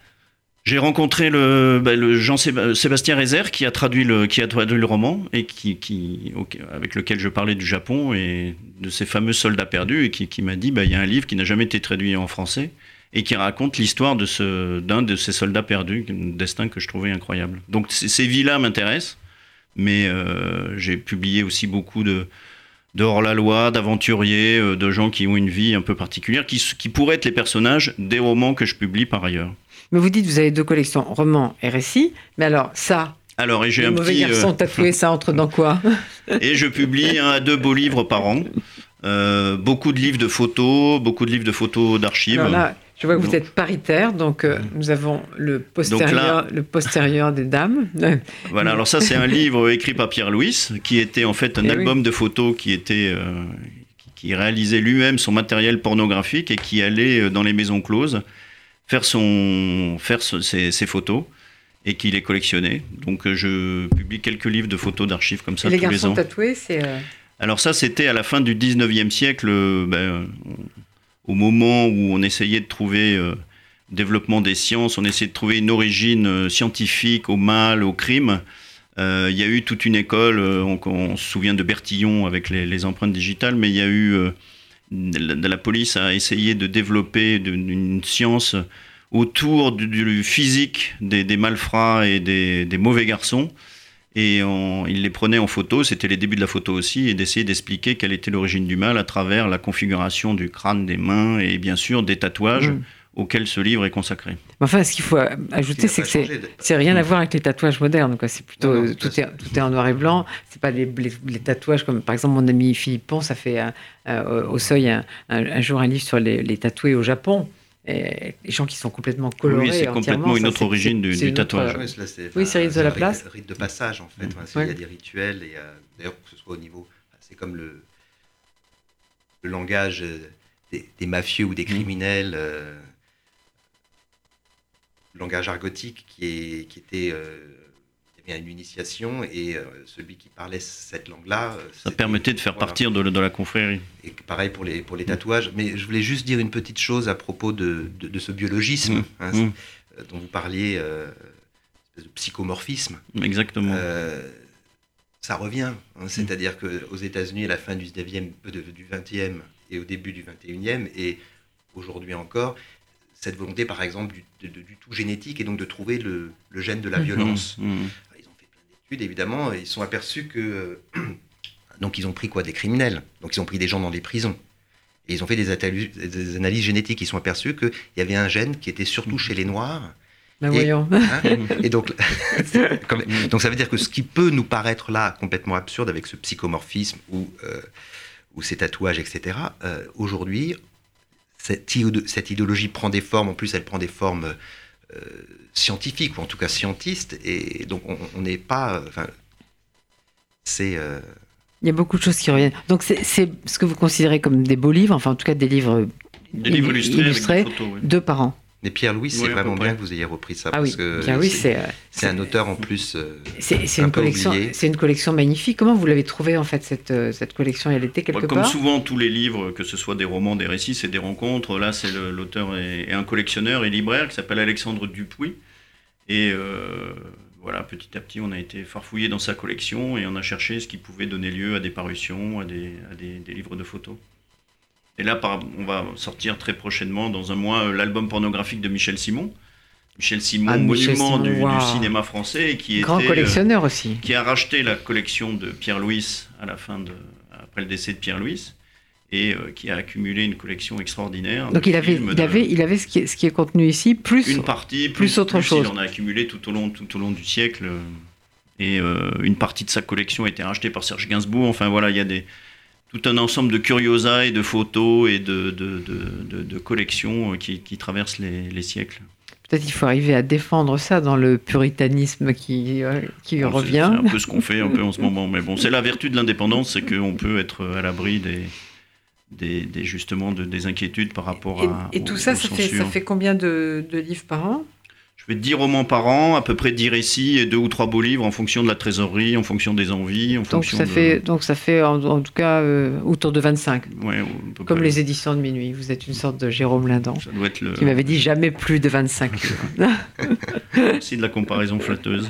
J'ai rencontré le, bah, le Jean-Sébastien Rézère qui a traduit le, qui a traduit le roman et qui, qui, avec lequel je parlais du Japon et de ces fameux soldats perdus et qui, qui m'a dit bah, il y a un livre qui n'a jamais été traduit en français et qui raconte l'histoire de ce, d'un de ces soldats perdus, un destin que je trouvais incroyable. Donc ces vies-là m'intéressent, mais euh, j'ai publié aussi beaucoup de, de hors-la-loi, d'aventuriers, euh, de gens qui ont une vie un peu particulière, qui, qui pourraient être les personnages des romans que je publie par ailleurs. Mais vous dites, vous avez deux collections, romans et récits, mais alors ça... Alors, et j'ai le un mauvais petit... garçon euh... tatoué, ça entre dans quoi ? Et je publie un à deux beaux livres par an. Euh, beaucoup de livres de photos, beaucoup de livres de photos d'archives. Alors là, je vois que vous donc, êtes paritaire, donc euh, nous avons le postérieur, là, le postérieur des dames. Voilà, alors ça c'est un livre écrit par Pierre Louis, qui était en fait un et album oui. de photos qui était... Euh, qui réalisait lui-même son matériel pornographique et qui allait dans les maisons closes faire, son, faire ses, ses photos et qui les collectionnait. Donc je publie quelques livres de photos d'archives comme ça et tous les ans. Les garçons tatoués, c'est... Euh... Alors ça, c'était à la fin du dix-neuvième siècle, ben, au moment où on essayait de trouver euh, développement des sciences, on essayait de trouver une origine euh, scientifique au mal, au crime. Euh, il y a eu toute une école, euh, on, on se souvient de Bertillon avec les, les empreintes digitales, mais il y a eu... Euh, la, la police a essayé de développer de, une science autour du, du physique des, des malfrats et des, des mauvais garçons. Et on, il les prenait en photo, c'était les débuts de la photo aussi, et d'essayer d'expliquer quelle était l'origine du mal à travers la configuration du crâne, des mains et bien sûr des tatouages mmh. auxquels ce livre est consacré. Enfin, ce qu'il faut ajouter, c'est que c'est, de... c'est rien à voir avec les tatouages modernes. Quoi. C'est plutôt, non, non, tout, est, tout est en noir et blanc. C'est pas les, les, les tatouages comme, par exemple, mon ami Philippe Pons a fait euh, au Seuil un, un, un jour un livre sur les, les tatoués au Japon. Et les gens qui sont complètement colorés. Oui, c'est complètement une autre ça, origine c'est, du, c'est du tatouage. Autre... Oui, c'est, oui, Cyril de la Place. C'est un rite de passage, en fait. Mmh. Enfin, ouais. Il y a des rituels. Et, euh, d'ailleurs, que ce soit au niveau. C'est comme le, le langage des, des mafieux ou des criminels. Mmh. Euh, le langage argotique qui, est, qui était. Euh, il y avait une initiation et euh, celui qui parlait cette langue-là. Ça permettait de faire voilà. partir de, de la confrérie. Et pareil pour les, pour les tatouages. Mais je voulais juste dire une petite chose à propos de, de, de ce biologisme mmh. hein, mmh. dont vous parliez, euh, de psychomorphisme. Exactement. Euh, ça revient. Hein, c'est-à-dire qu'aux États-Unis, à la fin du dix-neuvième, du vingtième et au début du vingt et unième, et aujourd'hui encore, cette volonté, par exemple, du, de, du tout génétique et donc de trouver le, le gène de la violence. Mmh. Mmh. Ils ont fait plein d'études, évidemment, et ils sont aperçus que... Euh, donc, ils ont pris quoi ? Des criminels. Donc, ils ont pris des gens dans des prisons. Et ils ont fait des, atalu- des analyses génétiques. Ils sont aperçus qu'il y avait un gène qui était surtout chez les Noirs. Ben et, voyons. Hein, et donc, donc, ça veut dire que ce qui peut nous paraître là complètement absurde avec ce psychomorphisme ou, euh, ou ces tatouages, et cetera, euh, aujourd'hui... Cette, cette idéologie prend des formes, en plus elle prend des formes euh, scientifiques, ou en tout cas scientistes, et donc on n'est pas... Enfin, c'est... Euh... Il y a beaucoup de choses qui reviennent. Donc c'est, c'est ce que vous considérez comme des beaux livres, enfin en tout cas des livres, des livres illustrés, illustrés avec des photos, oui. deux par an. Mais Pierre-Louis, c'est oui, vraiment bien que vous ayez repris ça, ah parce oui, que Pierre-Louis, c'est, c'est, c'est, c'est un auteur en plus euh, c'est, c'est un une peu collection, oublié. C'est une collection magnifique. Comment vous l'avez trouvée, en fait, cette, cette collection ? Elle était quelque bah, part ? Comme souvent, tous les livres, que ce soit des romans, des récits, c'est des rencontres. Là, c'est le, l'auteur et, et un collectionneur et libraire qui s'appelle Alexandre Dupuis. Et euh, voilà, petit à petit, on a été farfouillé dans sa collection et on a cherché ce qui pouvait donner lieu à des parutions, à des, à des, des livres de photos. Et là, on va sortir très prochainement, dans un mois, l'album pornographique de Michel Simon. Michel Simon, ah, monument Michel Simon, du, wow. du cinéma français, qui grand était, collectionneur euh, aussi, qui a racheté la collection de Pierre-Louis à la fin de, après le décès de Pierre-Louis, et euh, qui a accumulé une collection extraordinaire. Donc il avait, il avait, il avait ce qui est, ce qui est contenu ici, plus une partie, plus, plus autre plus chose. Il en a accumulé tout au long, tout au long du siècle, et euh, une partie de sa collection a été rachetée par Serge Gainsbourg. Enfin voilà, il y a des tout un ensemble de curiosas et de photos et de, de, de, de, de collections qui, qui traversent les, les siècles. Peut-être qu'il faut arriver à défendre ça dans le puritanisme qui, euh, qui bon, revient. C'est, c'est un peu ce qu'on fait un peu en ce moment. Mais bon, c'est la vertu de l'indépendance, c'est qu'on peut être à l'abri des, des, des, justement de, des inquiétudes par rapport et, à. Et tout aux, ça, ça fait, ça fait combien de, de livres par an ? Je fais dix romans par an, à peu près dix récits et deux ou trois beaux livres en fonction de la trésorerie, en fonction des envies. En donc, fonction ça de... fait, donc ça fait en, en tout cas euh, autour de vingt-cinq. Ouais, comme près. Les éditions de minuit. Vous êtes une sorte de Jérôme Lindan ça doit être le... qui m'avait dit jamais plus de vingt-cinq livres. Merci de la comparaison flatteuse.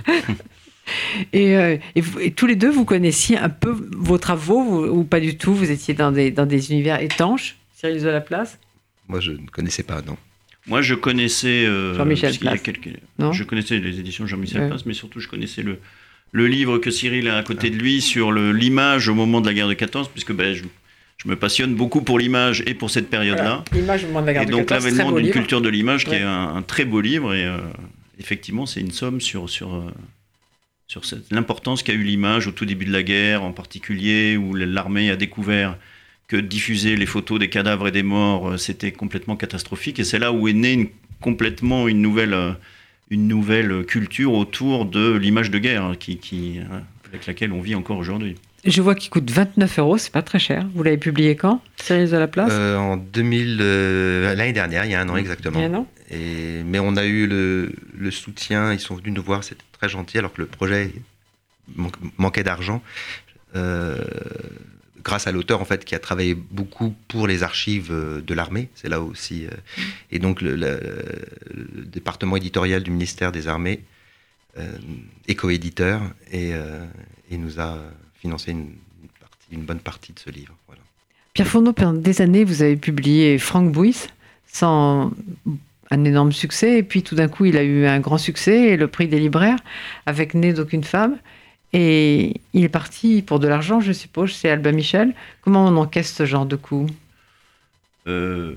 Et, euh, et, vous, et tous les deux, vous connaissiez un peu vos travaux vous, ou pas du tout ? Vous étiez dans des, dans des univers étanches, Cyril de la Place ? Moi, je ne connaissais pas, non. Moi, je connaissais... Euh, Jean-Michel Place. Quelques... Non je connaissais les éditions Jean-Michel ouais. Place, mais surtout, je connaissais le, le livre que Cyril a à côté de lui sur le, l'image au moment de la guerre de quatorze, puisque ben, je, je me passionne beaucoup pour l'image et pour cette période-là. Voilà. L'image au moment de la guerre et de donc, quatorze, l'avènement d'une livre. culture de l'image, ouais. qui est un, un très beau livre. Et euh, effectivement, c'est une somme sur, sur, euh, sur cette, l'importance qu'a eu l'image au tout début de la guerre, en particulier, où l'armée a découvert que diffuser les photos des cadavres et des morts, c'était complètement catastrophique. Et c'est là où est née une, complètement une nouvelle, une nouvelle culture autour de l'image de guerre, qui, qui, avec laquelle on vit encore aujourd'hui. Je vois qu'il coûte vingt-neuf euros, c'est pas très cher. Vous l'avez publié quand, Cyril de la Place ? euh, En deux mille, euh, l'année dernière, il y a un an exactement. Il y a un an ? Et, mais on a eu le, le soutien, ils sont venus nous voir, c'était très gentil, alors que le projet man- manquait d'argent. Euh, grâce à l'auteur, en fait, qui a travaillé beaucoup pour les archives de l'armée, c'est là aussi. Euh, et donc, le, le, le département éditorial du ministère des Armées euh, est coéditeur et, euh, et nous a financé une, une, partie, une bonne partie de ce livre. Voilà. Pierre Fourneau, pendant des années, vous avez publié Franck Bouys, sans un énorme succès. Et puis tout d'un coup, il a eu un grand succès, et le prix des libraires, avec Né d'aucune femme. Et il est parti pour de l'argent, je suppose, chez Albin Michel. Comment on encaisse ce genre de coup ? euh,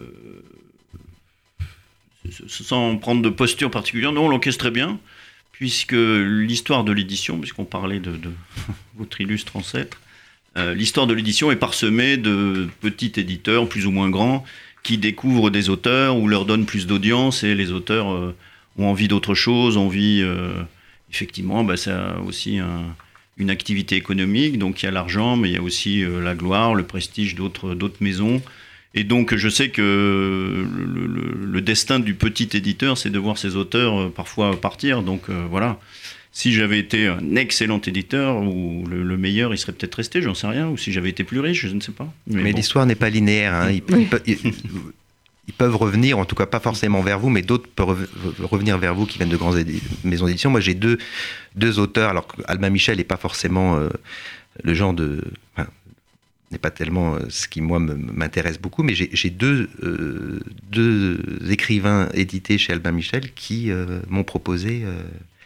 Sans prendre de posture particulière, non, on l'encaisse très bien, puisque l'histoire de l'édition, puisqu'on parlait de, de votre illustre ancêtre, euh, l'histoire de l'édition est parsemée de petits éditeurs, plus ou moins grands, qui découvrent des auteurs ou leur donnent plus d'audience, et les auteurs euh, ont envie d'autre chose, ont envie, euh, effectivement, bah, ça a aussi un, une activité économique, donc il y a l'argent, mais il y a aussi euh, la gloire, le prestige d'autres, d'autres maisons. Et donc je sais que le, le, le destin du petit éditeur, c'est de voir ses auteurs euh, parfois partir, donc euh, voilà. Si j'avais été un excellent éditeur, ou le, le meilleur, il serait peut-être resté, j'en sais rien. Ou si j'avais été plus riche, je ne sais pas. Mais, mais bon. L'histoire n'est pas linéaire. Hein. Ils, ils, peuvent, ils, ils peuvent revenir, en tout cas pas forcément vers vous, mais d'autres peuvent revenir vers vous qui viennent de grandes édi- maisons d'édition. Moi, j'ai deux, deux auteurs, alors qu'Albin Michel n'est pas forcément euh, le genre de... Enfin, n'est pas tellement euh, ce qui, moi, me, m'intéresse beaucoup, mais j'ai, j'ai deux, euh, deux écrivains édités chez Albin Michel qui euh, m'ont proposé... Euh,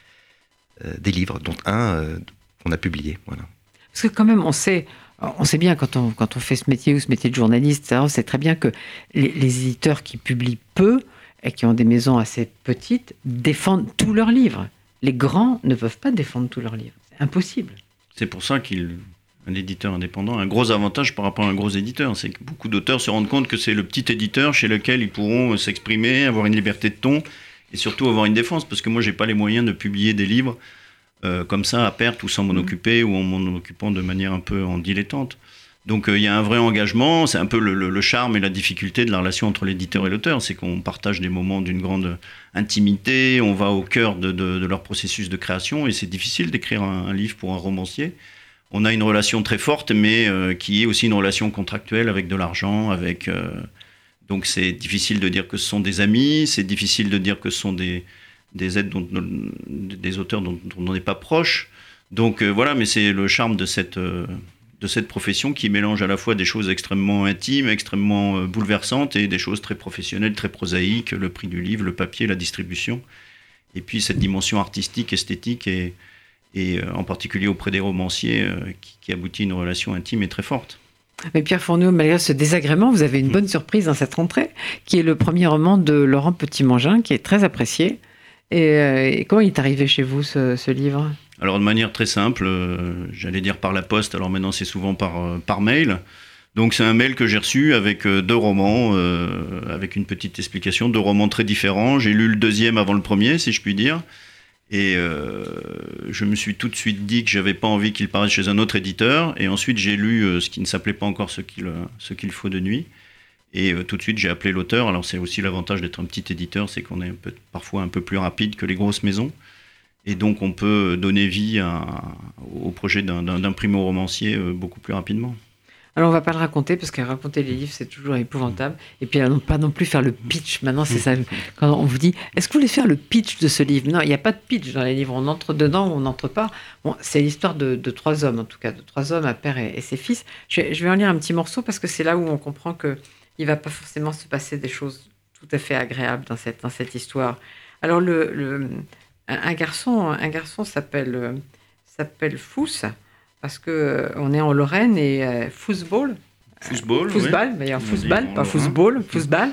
Euh, des livres, dont un euh, qu'on a publié. Voilà. Parce que quand même, on sait, on sait bien quand on, quand on fait ce métier ou ce métier de journaliste, on sait très bien que les, les éditeurs qui publient peu et qui ont des maisons assez petites défendent tous leurs livres. Les grands ne peuvent pas défendre tous leurs livres. C'est impossible. C'est pour ça qu'un éditeur indépendant a un gros avantage par rapport à un gros éditeur. C'est que beaucoup d'auteurs se rendent compte que c'est le petit éditeur chez lequel ils pourront s'exprimer, avoir une liberté de ton, et surtout avoir une défense, parce que moi, j'ai pas les moyens de publier des livres euh, comme ça, à perte, ou sans m'en occuper, ou en m'en occupant de manière un peu en dilettante. Donc, il euh, y a un vrai engagement. C'est un peu le, le, le charme et la difficulté de la relation entre l'éditeur et l'auteur. C'est qu'on partage des moments d'une grande intimité, on va au cœur de, de, de leur processus de création, et c'est difficile d'écrire un, un livre pour un romancier. On a une relation très forte, mais euh, qui est aussi une relation contractuelle avec de l'argent, avec... Euh, Donc c'est difficile de dire que ce sont des amis, c'est difficile de dire que ce sont des, des aides, dont, des auteurs dont, dont on n'est pas proche. Donc euh, voilà, mais c'est le charme de cette, euh, de cette profession qui mélange à la fois des choses extrêmement intimes, extrêmement euh, bouleversantes, et des choses très professionnelles, très prosaïques, le prix du livre, le papier, la distribution. Et puis cette dimension artistique, esthétique, et, et euh, en particulier auprès des romanciers, euh, qui, qui aboutit à une relation intime et très forte. Mais Pierre Fourniau, malgré ce désagrément, vous avez une bonne surprise dans cette rentrée, qui est le premier roman de Laurent Petit-Mangin, qui est très apprécié. Et, euh, et comment il est arrivé chez vous, ce, ce livre ? Alors, de manière très simple, euh, j'allais dire par la poste, alors maintenant c'est souvent par, euh, par mail. Donc c'est un mail que j'ai reçu avec euh, deux romans, euh, avec une petite explication, deux romans très différents. J'ai lu le deuxième avant le premier, si je puis dire. Et euh, je me suis tout de suite dit que j'avais pas envie qu'il paraisse chez un autre éditeur. Et ensuite, j'ai lu euh, ce qui ne s'appelait pas encore Ce qu'il, ce qu'il faut de nuit. Et euh, tout de suite, j'ai appelé l'auteur. Alors, c'est aussi l'avantage d'être un petit éditeur, c'est qu'on est un peu, parfois un peu plus rapide que les grosses maisons. Et donc, on peut donner vie à, au projet d'un, d'un, d'un primo-romancier euh, beaucoup plus rapidement. Alors, on ne va pas le raconter, parce que raconter les livres, c'est toujours épouvantable. Et puis, non, pas non plus faire le pitch. Maintenant, c'est ça. Quand on vous dit, est-ce que vous voulez faire le pitch de ce livre ? Non, il n'y a pas de pitch dans les livres. On entre dedans ou on n'entre pas. Bon, c'est l'histoire de, de trois hommes, en tout cas, de trois hommes, un père et, et ses fils. Je vais, je vais en lire un petit morceau, parce que c'est là où on comprend qu'il ne va pas forcément se passer des choses tout à fait agréables dans cette, dans cette histoire. Alors, le, le, un, un garçon, un garçon s'appelle, s'appelle Fous, parce qu'on euh, est en Lorraine, et euh, football. Football, Football, oui. d'ailleurs, football, pas football, football.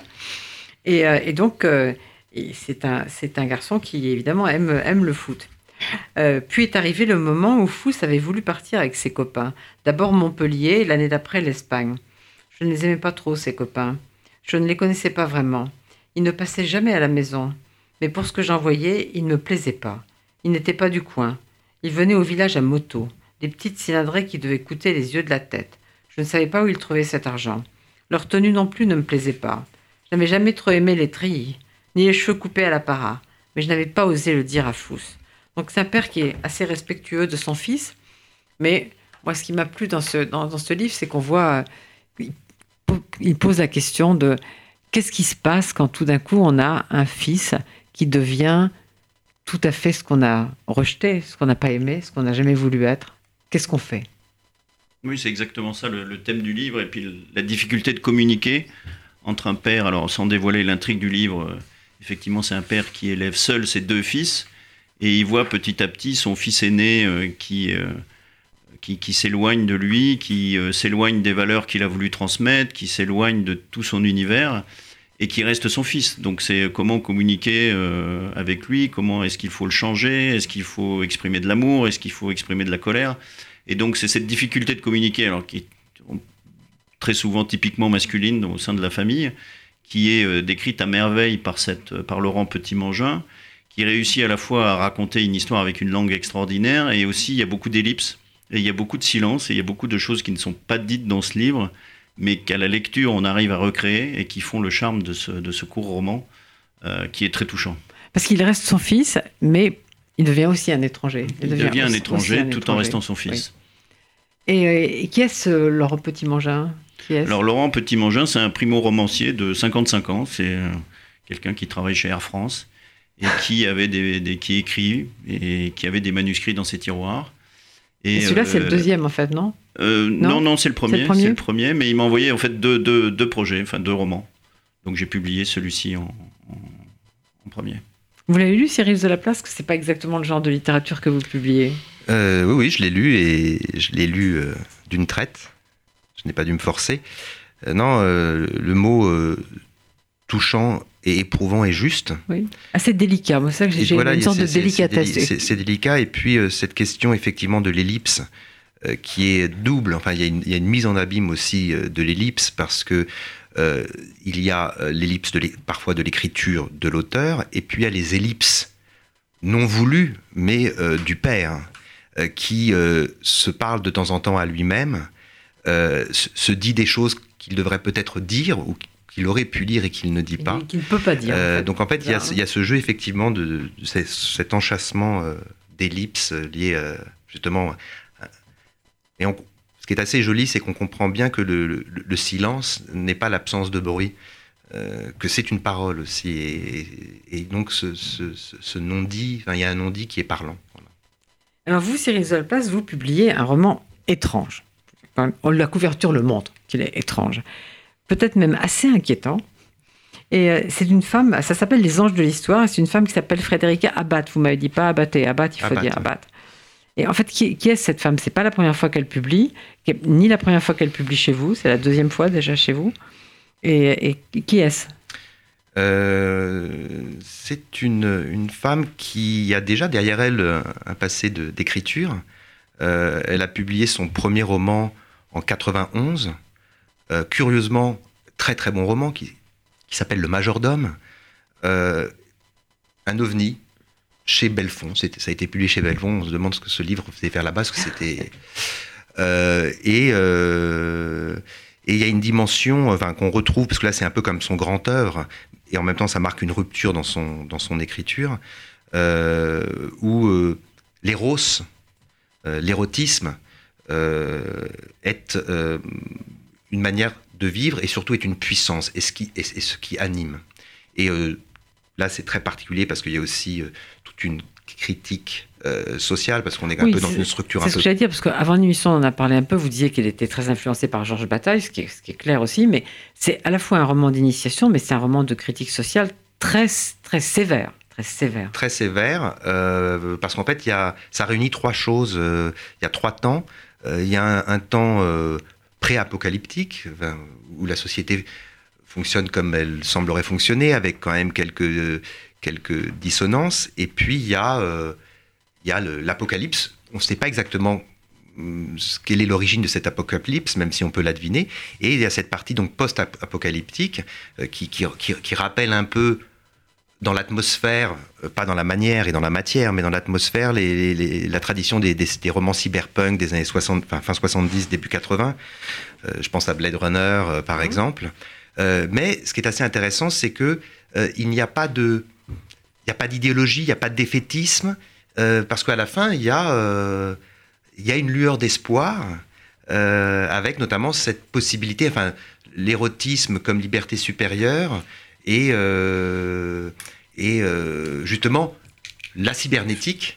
Et, euh, et donc, euh, et c'est, un, c'est un garçon qui, évidemment, aime, aime le foot. Euh, puis est arrivé le moment où Fous avait voulu partir avec ses copains. D'abord Montpellier, l'année d'après l'Espagne. Je ne les aimais pas trop, ces copains. Je ne les connaissais pas vraiment. Ils ne passaient jamais à la maison. Mais pour ce que j'en voyais, ils ne me plaisaient pas. Ils n'étaient pas du coin. Ils venaient au village à moto. Des petites cylindrées qui devaient coûter les yeux de la tête. Je ne savais pas où ils trouvaient cet argent. Leur tenue non plus ne me plaisait pas. Je n'avais jamais trop aimé les treillis, ni les cheveux coupés à la para, mais je n'avais pas osé le dire à Fous. Donc c'est un père qui est assez respectueux de son fils, mais moi ce qui m'a plu dans ce, dans, dans ce livre, c'est qu'on voit, euh, il pose la question de qu'est-ce qui se passe quand tout d'un coup on a un fils qui devient tout à fait ce qu'on a rejeté, ce qu'on n'a pas aimé, ce qu'on n'a jamais voulu être. Qu'est-ce qu'on fait ? Oui, c'est exactement ça le, le thème du livre, et puis la difficulté de communiquer entre un père, alors sans dévoiler l'intrigue du livre, Effectivement, c'est un père qui élève seul ses deux fils, et il voit petit à petit son fils aîné euh, qui, euh, qui, qui s'éloigne de lui, qui euh, s'éloigne des valeurs qu'il a voulu transmettre, qui s'éloigne de tout son univers, et qui reste son fils. Donc c'est comment communiquer euh, avec lui, comment est-ce qu'il faut le changer, est-ce qu'il faut exprimer de l'amour, est-ce qu'il faut exprimer de la colère. Et donc c'est cette difficulté de communiquer, alors qui est très souvent typiquement masculine au sein de la famille, qui est euh, décrite à merveille par, cette, par Laurent Petit-Mangin, qui réussit à la fois à raconter une histoire avec une langue extraordinaire, et aussi il y a beaucoup d'ellipses, et il y a beaucoup de silence, et il y a beaucoup de choses qui ne sont pas dites dans ce livre, mais qu'à la lecture on arrive à recréer, et qui font le charme de ce, de ce court roman, euh, qui est très touchant. Parce qu'il reste son fils, mais il devient aussi un étranger. Il, il devient, devient un étranger, tout étranger. En restant son fils. Oui. Et, et qui est-ce, Laurent Petit-Mangin ? Qui est-ce ? Alors Laurent Petit-Mangin, c'est un primo-romancier de cinquante-cinq ans, c'est euh, quelqu'un qui travaille chez Air France, et qui, avait des, des, qui écrit, et qui avait des manuscrits dans ses tiroirs. Et, et celui-là, euh, c'est le deuxième, en fait, non euh, Non, non, non c'est, le premier, c'est le premier. C'est le premier, mais il m'a envoyé en fait deux, deux, deux projets, enfin deux romans. Donc j'ai publié celui-ci en, en, en premier. Vous l'avez lu, Cyril Delaplace, que c'est pas exactement le genre de littérature que vous publiez ? euh, Oui, oui, je l'ai lu, et je l'ai lu euh, d'une traite. Je n'ai pas dû me forcer. Euh, non, euh, le mot euh, touchant et éprouvant et juste. Oui, assez délicat. Moi, c'est ça que j'ai, j'ai voilà, une sorte c'est, de c'est, délicatesse. C'est, c'est, c'est délicat, et puis euh, cette question effectivement de l'ellipse, euh, qui est double. Enfin, il y a une, il y a une mise en abîme aussi euh, de l'ellipse, parce que euh, il y a euh, l'ellipse de parfois de l'écriture de l'auteur, et puis il y a les ellipses non voulues, mais euh, du père, euh, qui euh, se parle de temps en temps à lui-même, euh, se, se dit des choses qu'il devrait peut-être dire, ou qu'il aurait pu dire et qu'il ne dit pas. Qu'il ne peut pas dire. Euh, en fait. Donc en fait, il y, a, il y a ce jeu effectivement de, de, de cet enchâssement euh, d'ellipses lié euh, justement. Euh, et on, ce qui est assez joli, c'est qu'on comprend bien que le, le, le silence n'est pas l'absence de bruit, euh, que c'est une parole aussi. Et, et donc ce, ce, ce, ce non-dit, enfin, il y a un non-dit qui est parlant. Voilà. Alors vous, Cyril Delaplace, vous publiez un roman étrange. La couverture le montre qu'il est étrange. Peut-être même assez inquiétant. Et euh, c'est une femme, ça s'appelle Les Anges de l'Histoire, et c'est une femme qui s'appelle Frédérica Abbate. Vous m'avez dit pas Abaté, Abbate, il faut Abbate, dire Abbate. Et en fait, qui, qui est cette femme ? C'est pas la première fois qu'elle publie, ni la première fois qu'elle publie chez vous, c'est la deuxième fois déjà chez vous. Et, et qui est-ce ? euh, C'est une, une femme qui a déjà derrière elle un passé de, d'écriture. Euh, elle a publié son premier roman en quatre-vingt-onze. Euh, curieusement, très très bon roman qui, qui s'appelle Le Majordome, euh, un ovni chez Belfond. C'était, ça a été publié chez Belfond. On se demande ce que ce livre faisait faire là-bas, parce que c'était euh, et euh, et il y a une dimension, enfin, qu'on retrouve, parce que là c'est un peu comme son grand œuvre, et en même temps ça marque une rupture dans son dans son écriture, euh, où euh, l'éros, euh, l'érotisme euh, est euh, une manière de vivre, et surtout est une puissance, et ce qui, et, et ce qui anime. Et euh, là, c'est très particulier, parce qu'il y a aussi euh, toute une critique euh, sociale, parce qu'on est un oui, peu dans une structure un peu... C'est ce que j'allais dire, parce qu'avant l'émission, on en a parlé un peu, vous disiez qu'elle était très influencée par Georges Bataille, ce qui est, ce qui est clair aussi, mais c'est à la fois un roman d'initiation, mais c'est un roman de critique sociale très, très sévère. Très sévère. Très sévère, euh, parce qu'en fait, il y a, ça réunit trois choses. Euh, il y a trois temps. Euh, il y a un, un temps... Euh, pré-apocalyptique, où la société fonctionne comme elle semblerait fonctionner, avec quand même quelques, quelques dissonances. Et puis, il y a, euh, il y a le, l'apocalypse. On ne sait pas exactement hum, quelle est l'origine de cet apocalypse, même si on peut la deviner. Et il y a cette partie donc, post-apocalyptique euh, qui, qui, qui, qui rappelle un peu dans l'atmosphère, euh, pas dans la manière et dans la matière, mais dans l'atmosphère, les, les, la tradition des, des, des romans cyberpunk des années soixante, enfin, fin soixante-dix, début quatre-vingts. Euh, je pense à Blade Runner, euh, par mmh. exemple. Euh, mais ce qui est assez intéressant, c'est que euh, il n'y a pas de, il n'y a pas d'idéologie, il n'y a pas de défaitisme, euh, parce qu'à la fin, il y a, euh, il y a une lueur d'espoir, euh, avec notamment cette possibilité, enfin, l'érotisme comme liberté supérieure. Et, euh, et euh, justement, la cybernétique,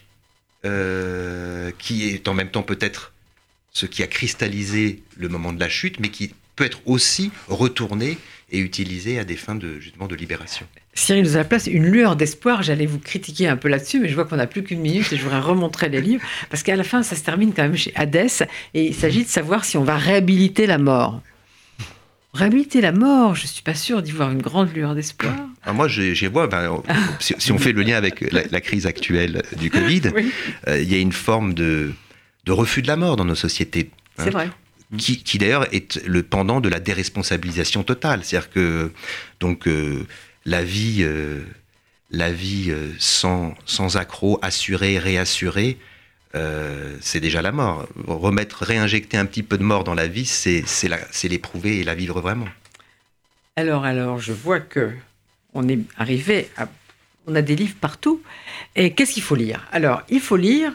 euh, qui est en même temps peut-être ce qui a cristallisé le moment de la chute, mais qui peut être aussi retourné et utilisé à des fins de, justement, de libération. Cyril de la Place, une lueur d'espoir. J'allais vous critiquer un peu là-dessus, mais je vois qu'on n'a plus qu'une minute et je voudrais remontrer les livres, parce qu'à la fin, ça se termine quand même chez Hadès, et il s'agit de savoir si on va réhabiliter la mort. Réhabiliter la mort, je ne suis pas sûre d'y voir une grande lueur d'espoir. Alors moi, j'y vois, ben, si, si on fait le lien avec la, la crise actuelle du Covid, oui. euh, il y a une forme de, de refus de la mort dans nos sociétés. Hein, c'est vrai. Qui, qui d'ailleurs est le pendant de la déresponsabilisation totale. C'est-à-dire que donc, euh, la vie, euh, la vie euh, sans, sans accroc, assurée, réassurée, euh, c'est déjà la mort. Remettre, réinjecter un petit peu de mort dans la vie, c'est, c'est, la, c'est l'éprouver et la vivre vraiment. Alors, alors, je vois que on est arrivé à... On a des livres partout. Et qu'est-ce qu'il faut lire ? Alors, il faut lire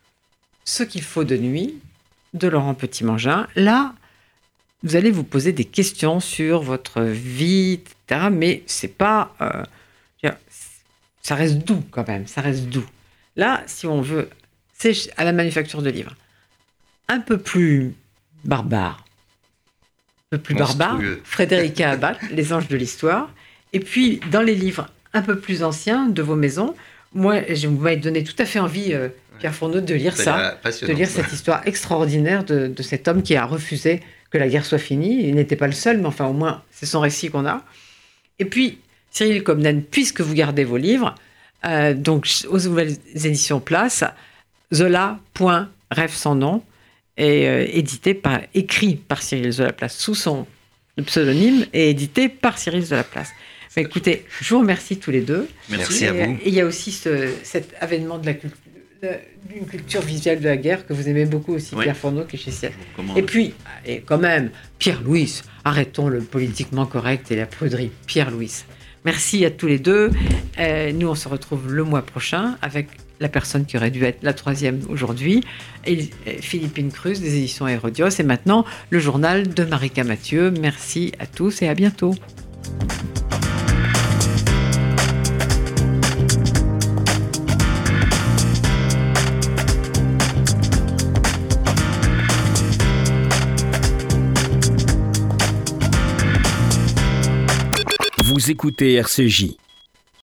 Ce qu'il faut de nuit, de Laurent Petit-Mangin. Là, vous allez vous poser des questions sur votre vie, et cetera. Mais c'est pas... Euh, ça reste doux quand même, ça reste doux. Là, si on veut... C'est à la Manufacture de livres. Un peu plus barbare. Un peu plus Monstrueux. barbare. Frédérica Abat, Les Anges de l'Histoire. Et puis, dans les livres un peu plus anciens de vos maisons, moi, je vous m'avez donné tout à fait envie... Euh, Pierre Fourneau, de lire ça, de lire cette histoire extraordinaire de, de cet homme qui a refusé que la guerre soit finie. Il n'était pas le seul, mais enfin, au moins, c'est son récit qu'on a. Et puis, Cyril Comnène, puisque vous gardez vos livres, euh, donc aux nouvelles éditions Place, Zola, point, Rêve sans nom, est euh, édité par, écrit par Cyril de la Place sous son pseudonyme et édité par Cyril de la Place. Mais écoutez, je vous remercie tous les deux. Merci et, à vous. Et il y a aussi ce, cet avènement de la culture, d'une culture visuelle de la guerre que vous aimez beaucoup aussi, oui. Pierre Fourneau, qui est chez Ciel. Et puis, et quand même, Pierre-Louis, arrêtons le politiquement correct et la pruderie. Pierre-Louis, merci à tous les deux. Euh, nous, on se retrouve le mois prochain avec la personne qui aurait dû être la troisième aujourd'hui, et Philippine Cruz des éditions Hérodios. Et maintenant, le journal de Marika Mathieu. Merci à tous et à bientôt. Vous écoutez R C J.